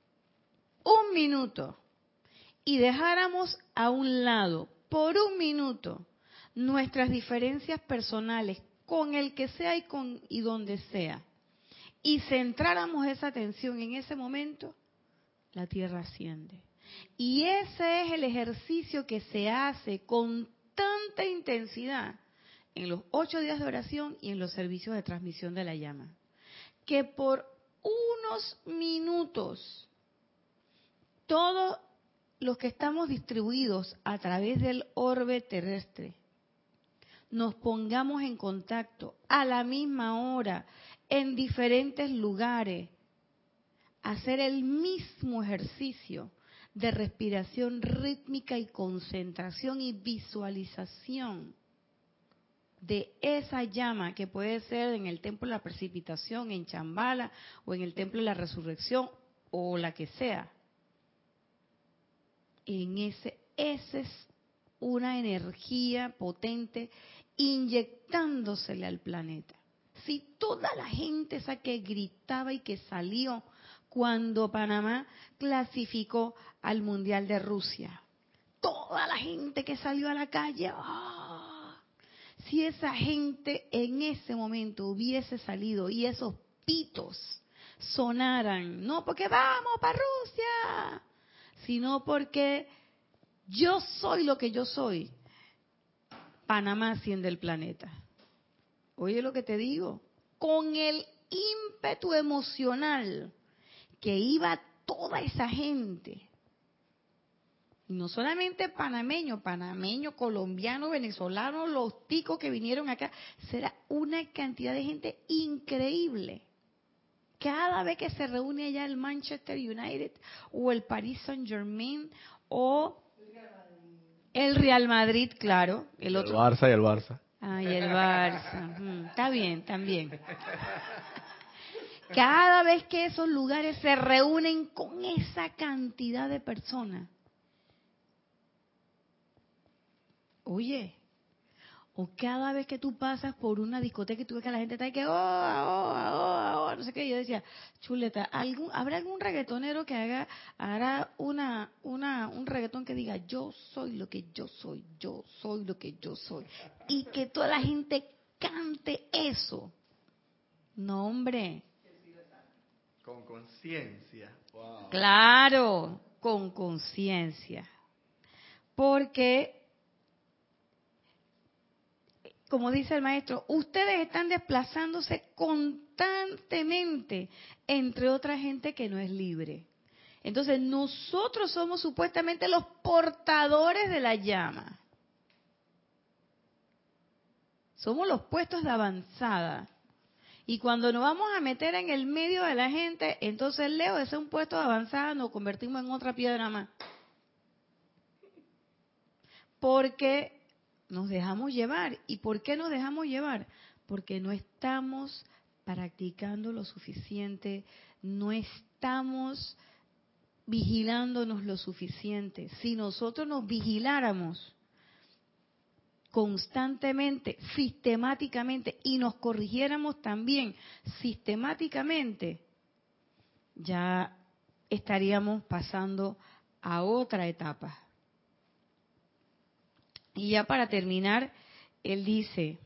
un minuto y dejáramos a un lado por un minuto nuestras diferencias personales con el que sea y donde sea, y centráramos esa atención en ese momento, la tierra asciende. Y ese es el ejercicio que se hace con tanta intensidad en los 8 días de oración y en los servicios de transmisión de la llama, que por unos minutos todos los que estamos distribuidos a través del orbe terrestre nos pongamos en contacto a la misma hora, en diferentes lugares, hacer el mismo ejercicio de respiración rítmica y concentración y visualización de esa llama que puede ser en el templo de la precipitación, en Chambala, o en el templo de la resurrección, o la que sea. Esa es una energía potente inyectándosele al planeta. Si toda la gente esa que gritaba y que salió cuando Panamá clasificó al Mundial de Rusia, toda la gente que salió a la calle, si esa gente en ese momento hubiese salido y esos pitos sonaran, no porque vamos para Rusia, sino porque yo soy lo que yo soy, Panamá asciende el planeta. Oye lo que te digo, con el ímpetu emocional que iba toda esa gente. Y no solamente panameño, colombiano, venezolano, los ticos que vinieron acá. Será una cantidad de gente increíble. Cada vez que se reúne allá el Manchester United o el Paris Saint-Germain o el Real Madrid, claro. El otro. Barça y el Barça. Ay, el Barça. Está bien, también. Cada vez que esos lugares se reúnen con esa cantidad de personas. Oye, o cada vez que tú pasas por una discoteca y tú ves que la gente está ahí que, no sé qué, yo decía, chuleta, ¿habrá algún reggaetonero que hará un reggaetón que diga, yo soy lo que yo soy, yo soy lo que yo soy? Y que toda la gente cante eso. No, hombre. Con conciencia. Wow. Claro, con conciencia. Porque, como dice el maestro, ustedes están desplazándose constantemente entre otra gente que no es libre. Entonces, nosotros somos supuestamente los portadores de la llama. Somos los puestos de avanzada. Y cuando nos vamos a meter en el medio de la gente, entonces, Leo, ese es un puesto de avanzada, nos convertimos en otra piedra más. Porque nos dejamos llevar. ¿Y por qué nos dejamos llevar? Porque no estamos practicando lo suficiente, no estamos vigilándonos lo suficiente. Si nosotros nos vigiláramos constantemente, sistemáticamente, y nos corrigiéramos también sistemáticamente, ya estaríamos pasando a otra etapa. Y ya para terminar, él dice,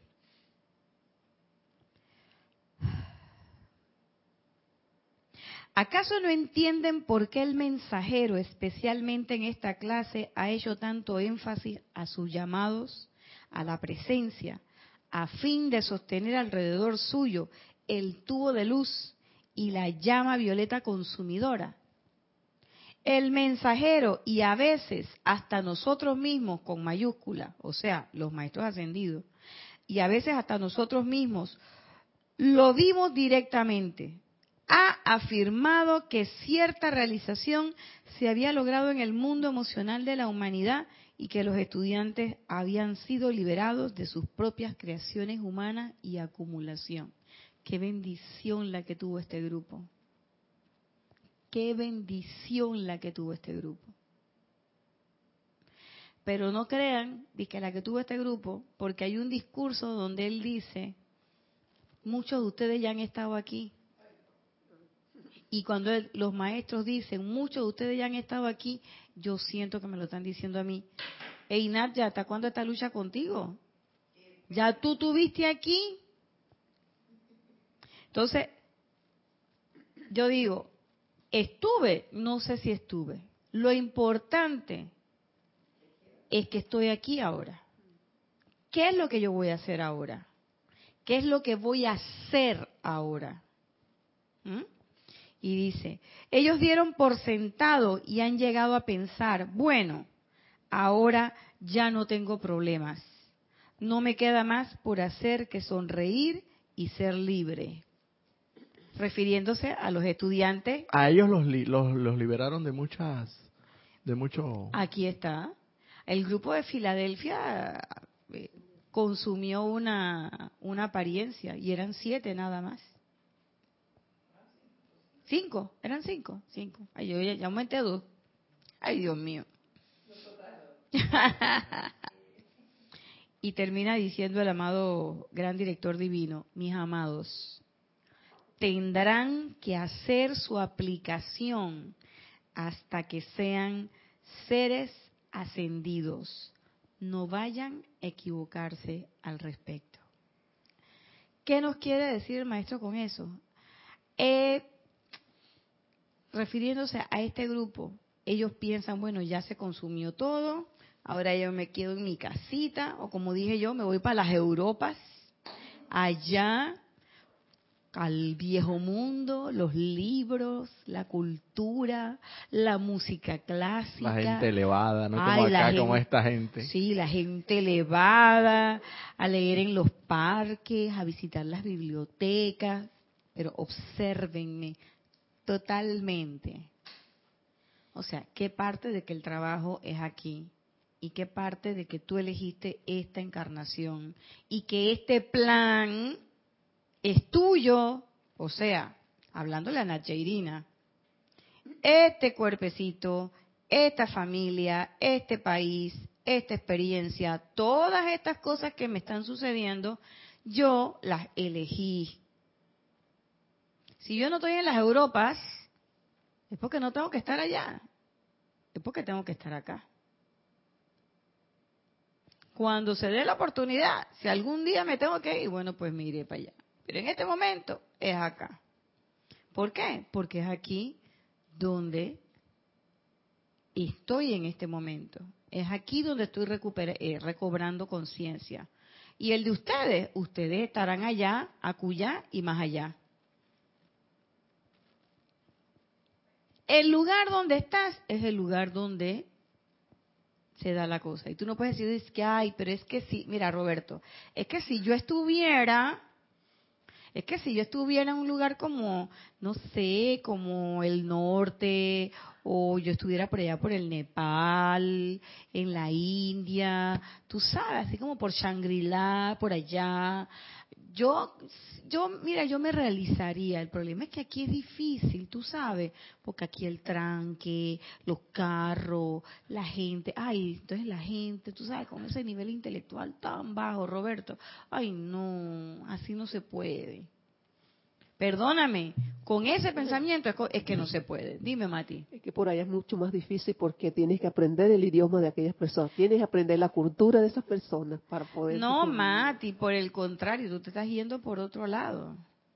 ¿acaso no entienden por qué el mensajero, especialmente en esta clase, ha hecho tanto énfasis a sus llamados, a la presencia, a fin de sostener alrededor suyo el tubo de luz y la llama violeta consumidora? El mensajero, y a veces hasta nosotros mismos con mayúscula, o sea, los maestros ascendidos, y a veces hasta nosotros mismos, lo vimos directamente. Ha afirmado que cierta realización se había logrado en el mundo emocional de la humanidad y que los estudiantes habían sido liberados de sus propias creaciones humanas y acumulación. Qué bendición la que tuvo este grupo. Qué bendición la que tuvo este grupo. Pero no crean que la que tuvo este grupo, porque hay un discurso donde él dice, muchos de ustedes ya han estado aquí. Y cuando los maestros dicen, muchos de ustedes ya han estado aquí, yo siento que me lo están diciendo a mí. Hey, Nadia, ¿hasta cuándo esta lucha contigo? ¿Ya tú tuviste aquí? Entonces, yo digo, estuve, no sé si estuve. Lo importante es que estoy aquí ahora. ¿Qué es lo que yo voy a hacer ahora? ¿Qué es lo que voy a hacer ahora? Y dice, ellos dieron por sentado y han llegado a pensar, bueno, ahora ya no tengo problemas. No me queda más por hacer que sonreír y ser libre. Refiriéndose a los estudiantes. A ellos los liberaron de mucho. Aquí está. El grupo de Filadelfia consumió una apariencia y eran 7 nada más. 5, eran 5. Ay, yo ya aumenté a 2. Ay, Dios mío. Y termina diciendo el amado gran director divino, mis amados, tendrán que hacer su aplicación hasta que sean seres ascendidos. No vayan a equivocarse al respecto. ¿Qué nos quiere decir el maestro con eso? Refiriéndose a este grupo, ellos piensan, bueno, ya se consumió todo, ahora yo me quedo en mi casita, o como dije yo, me voy para las Europas, allá, al viejo mundo, los libros, la cultura, la música clásica. La gente elevada, no Ay, como acá, la como gente, esta gente. sí, la gente elevada, a leer en los parques, a visitar las bibliotecas, pero obsérvenme totalmente. O sea, ¿qué parte de que el trabajo es aquí? ¿Y qué parte de que tú elegiste esta encarnación? Y que este plan es tuyo, o sea, hablándole a Nacha Irina, este cuerpecito, esta familia, este país, esta experiencia, todas estas cosas que me están sucediendo, yo las elegí. Si yo no estoy en las Europas, es porque no tengo que estar allá, es porque tengo que estar acá. Cuando se dé la oportunidad, si algún día me tengo que ir, bueno, pues me iré para allá. Pero en este momento es acá. ¿Por qué? Porque es aquí donde estoy en este momento. Es aquí donde estoy recobrando conciencia. Y el de ustedes, ustedes estarán allá, acullá y más allá. El lugar donde estás es el lugar donde se da la cosa. Y tú no puedes decir, es que, ay, pero es que sí, mira Roberto, es que si yo estuviera en un lugar como, no sé, como el norte, o yo estuviera por allá por el Nepal, en la India, tú sabes, así como por Shangri-La, por allá, mira, yo me realizaría. El problema es que aquí es difícil, tú sabes, porque aquí el tranque, los carros, la gente, ay, entonces la gente, tú sabes, con ese nivel intelectual tan bajo, Roberto, ay, no, así no se puede. Perdóname, con ese pensamiento es que no se puede. Dime, Mati. Es que por allá es mucho más difícil porque tienes que aprender el idioma de aquellas personas, tienes que aprender la cultura de esas personas para poder... No, Mati, por el contrario, tú te estás yendo por otro lado.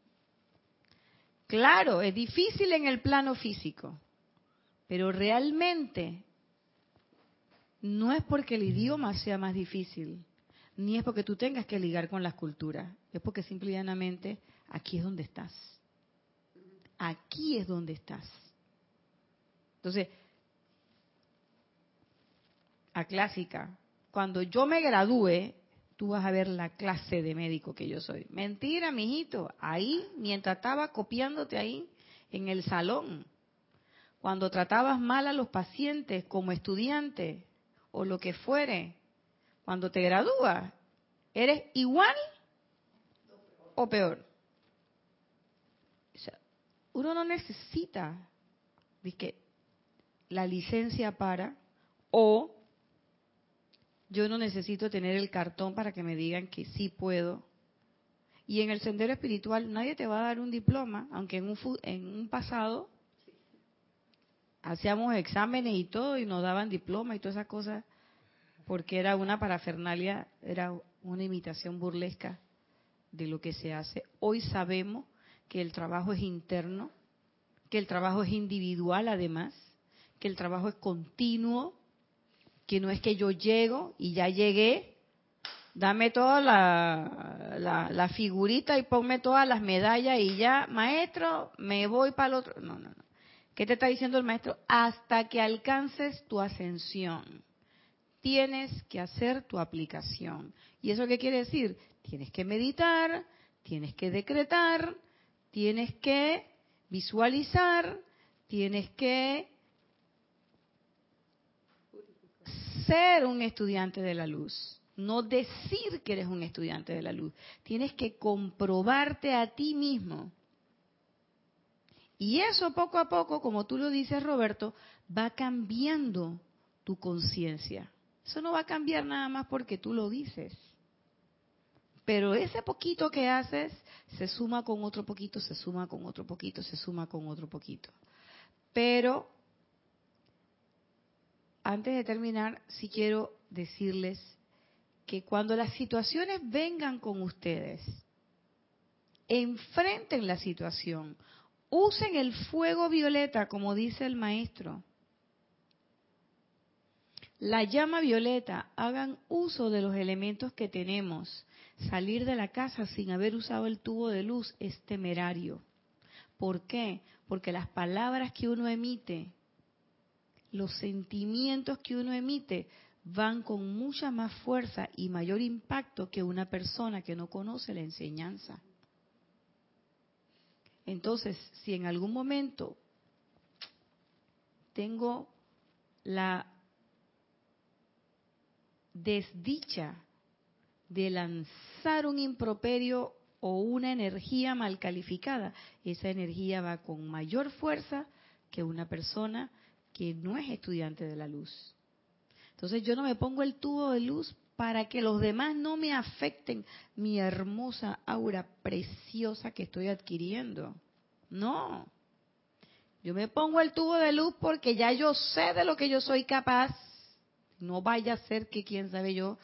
Claro, es difícil en el plano físico, pero realmente no es porque el idioma sea más difícil, ni es porque tú tengas que ligar con las culturas, es porque simple y llanamente aquí es donde estás. Aquí es donde estás. Entonces, a clásica, cuando yo me gradúe, tú vas a ver la clase de médico que yo soy. Mentira, mijito, ahí, mientras estaba copiándote ahí, en el salón, cuando tratabas mal a los pacientes como estudiante, o lo que fuere, cuando te gradúas, ¿eres igual o peor? O sea, uno no necesita dizque, la licencia para, o yo no necesito tener el cartón para que me digan que sí puedo. Y en el sendero espiritual nadie te va a dar un diploma, aunque en un pasado hacíamos exámenes y todo y nos daban diploma y todas esas cosas, porque era una parafernalia, era una imitación burlesca de lo que se hace. Hoy sabemos que el trabajo es interno, que el trabajo es individual además, que el trabajo es continuo, que no es que yo llego y ya llegué, dame toda la figurita y ponme todas las medallas y ya, maestro, me voy para el otro. No, no, no. ¿Qué te está diciendo el maestro? Hasta que alcances tu ascensión, tienes que hacer tu aplicación. ¿Y eso qué quiere decir? Tienes que meditar, tienes que decretar, tienes que visualizar, tienes que ser un estudiante de la luz, no decir que eres un estudiante de la luz. Tienes que comprobarte a ti mismo. Y eso poco a poco, como tú lo dices, Roberto, va cambiando tu conciencia. Eso no va a cambiar nada más porque tú lo dices. Pero ese poquito que haces se suma con otro poquito, se suma con otro poquito, se suma con otro poquito. Pero antes de terminar, sí quiero decirles que cuando las situaciones vengan con ustedes, enfrenten la situación, usen el fuego violeta, como dice el maestro. La llama violeta, hagan uso de los elementos que tenemos, salir de la casa sin haber usado el tubo de luz es temerario. ¿Por qué? Porque las palabras que uno emite, los sentimientos que uno emite, van con mucha más fuerza y mayor impacto que una persona que no conoce la enseñanza. Entonces, si en algún momento tengo la desdicha de lanzar un improperio o una energía mal calificada, esa energía va con mayor fuerza que una persona que no es estudiante de la luz. Entonces yo no me pongo el tubo de luz para que los demás no me afecten mi hermosa aura preciosa que estoy adquiriendo. No. Yo me pongo el tubo de luz porque ya yo sé de lo que yo soy capaz. No vaya a ser que, quién sabe yo,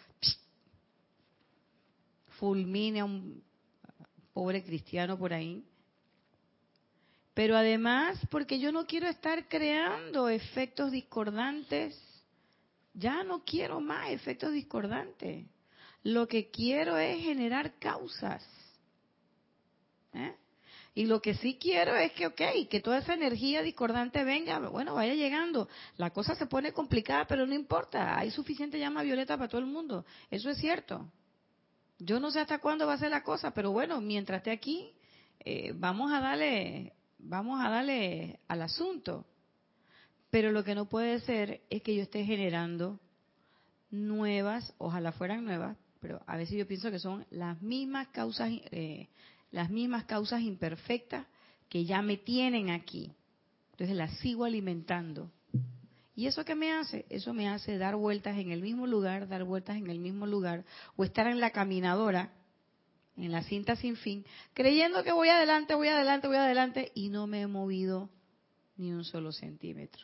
fulmine a un pobre cristiano por ahí. Pero además, porque yo no quiero estar creando efectos discordantes. Ya no quiero más efectos discordantes. Lo que quiero es generar causas. Y lo que sí quiero es que, que toda esa energía discordante venga, bueno, vaya llegando. La cosa se pone complicada, pero no importa. Hay suficiente llama violeta para todo el mundo. Eso es cierto. Yo no sé hasta cuándo va a ser la cosa, pero bueno, mientras esté aquí, vamos a darle al asunto. Pero lo que no puede ser es que yo esté generando nuevas, ojalá fueran nuevas, pero a veces yo pienso que son las mismas causas imperfectas que ya me tienen aquí. Entonces las sigo alimentando. ¿Y eso qué me hace? Eso me hace dar vueltas en el mismo lugar, o estar en la caminadora, en la cinta sin fin, creyendo que voy adelante, y no me he movido ni un solo centímetro.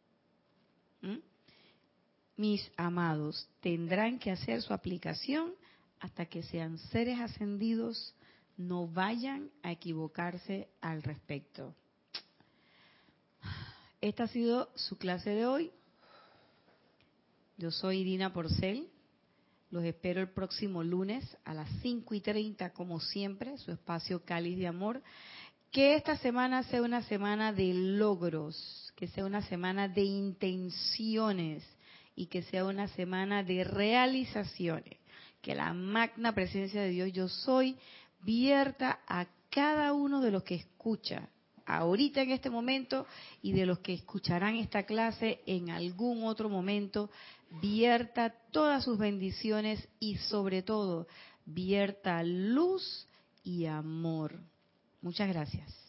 Mis amados, tendrán que hacer su aplicación hasta que sean seres ascendidos. No vayan a equivocarse al respecto. Esta ha sido su clase de hoy. Yo soy Irina Porcel. Los espero el próximo lunes a las 5:30, como siempre, su espacio Cáliz de Amor. Que esta semana sea una semana de logros, que sea una semana de intenciones y que sea una semana de realizaciones. Que la magna presencia de Dios Yo Soy vierta a cada uno de los que escucha ahorita en este momento y de los que escucharán esta clase en algún otro momento, vierta todas sus bendiciones y sobre todo vierta luz y amor. Muchas gracias.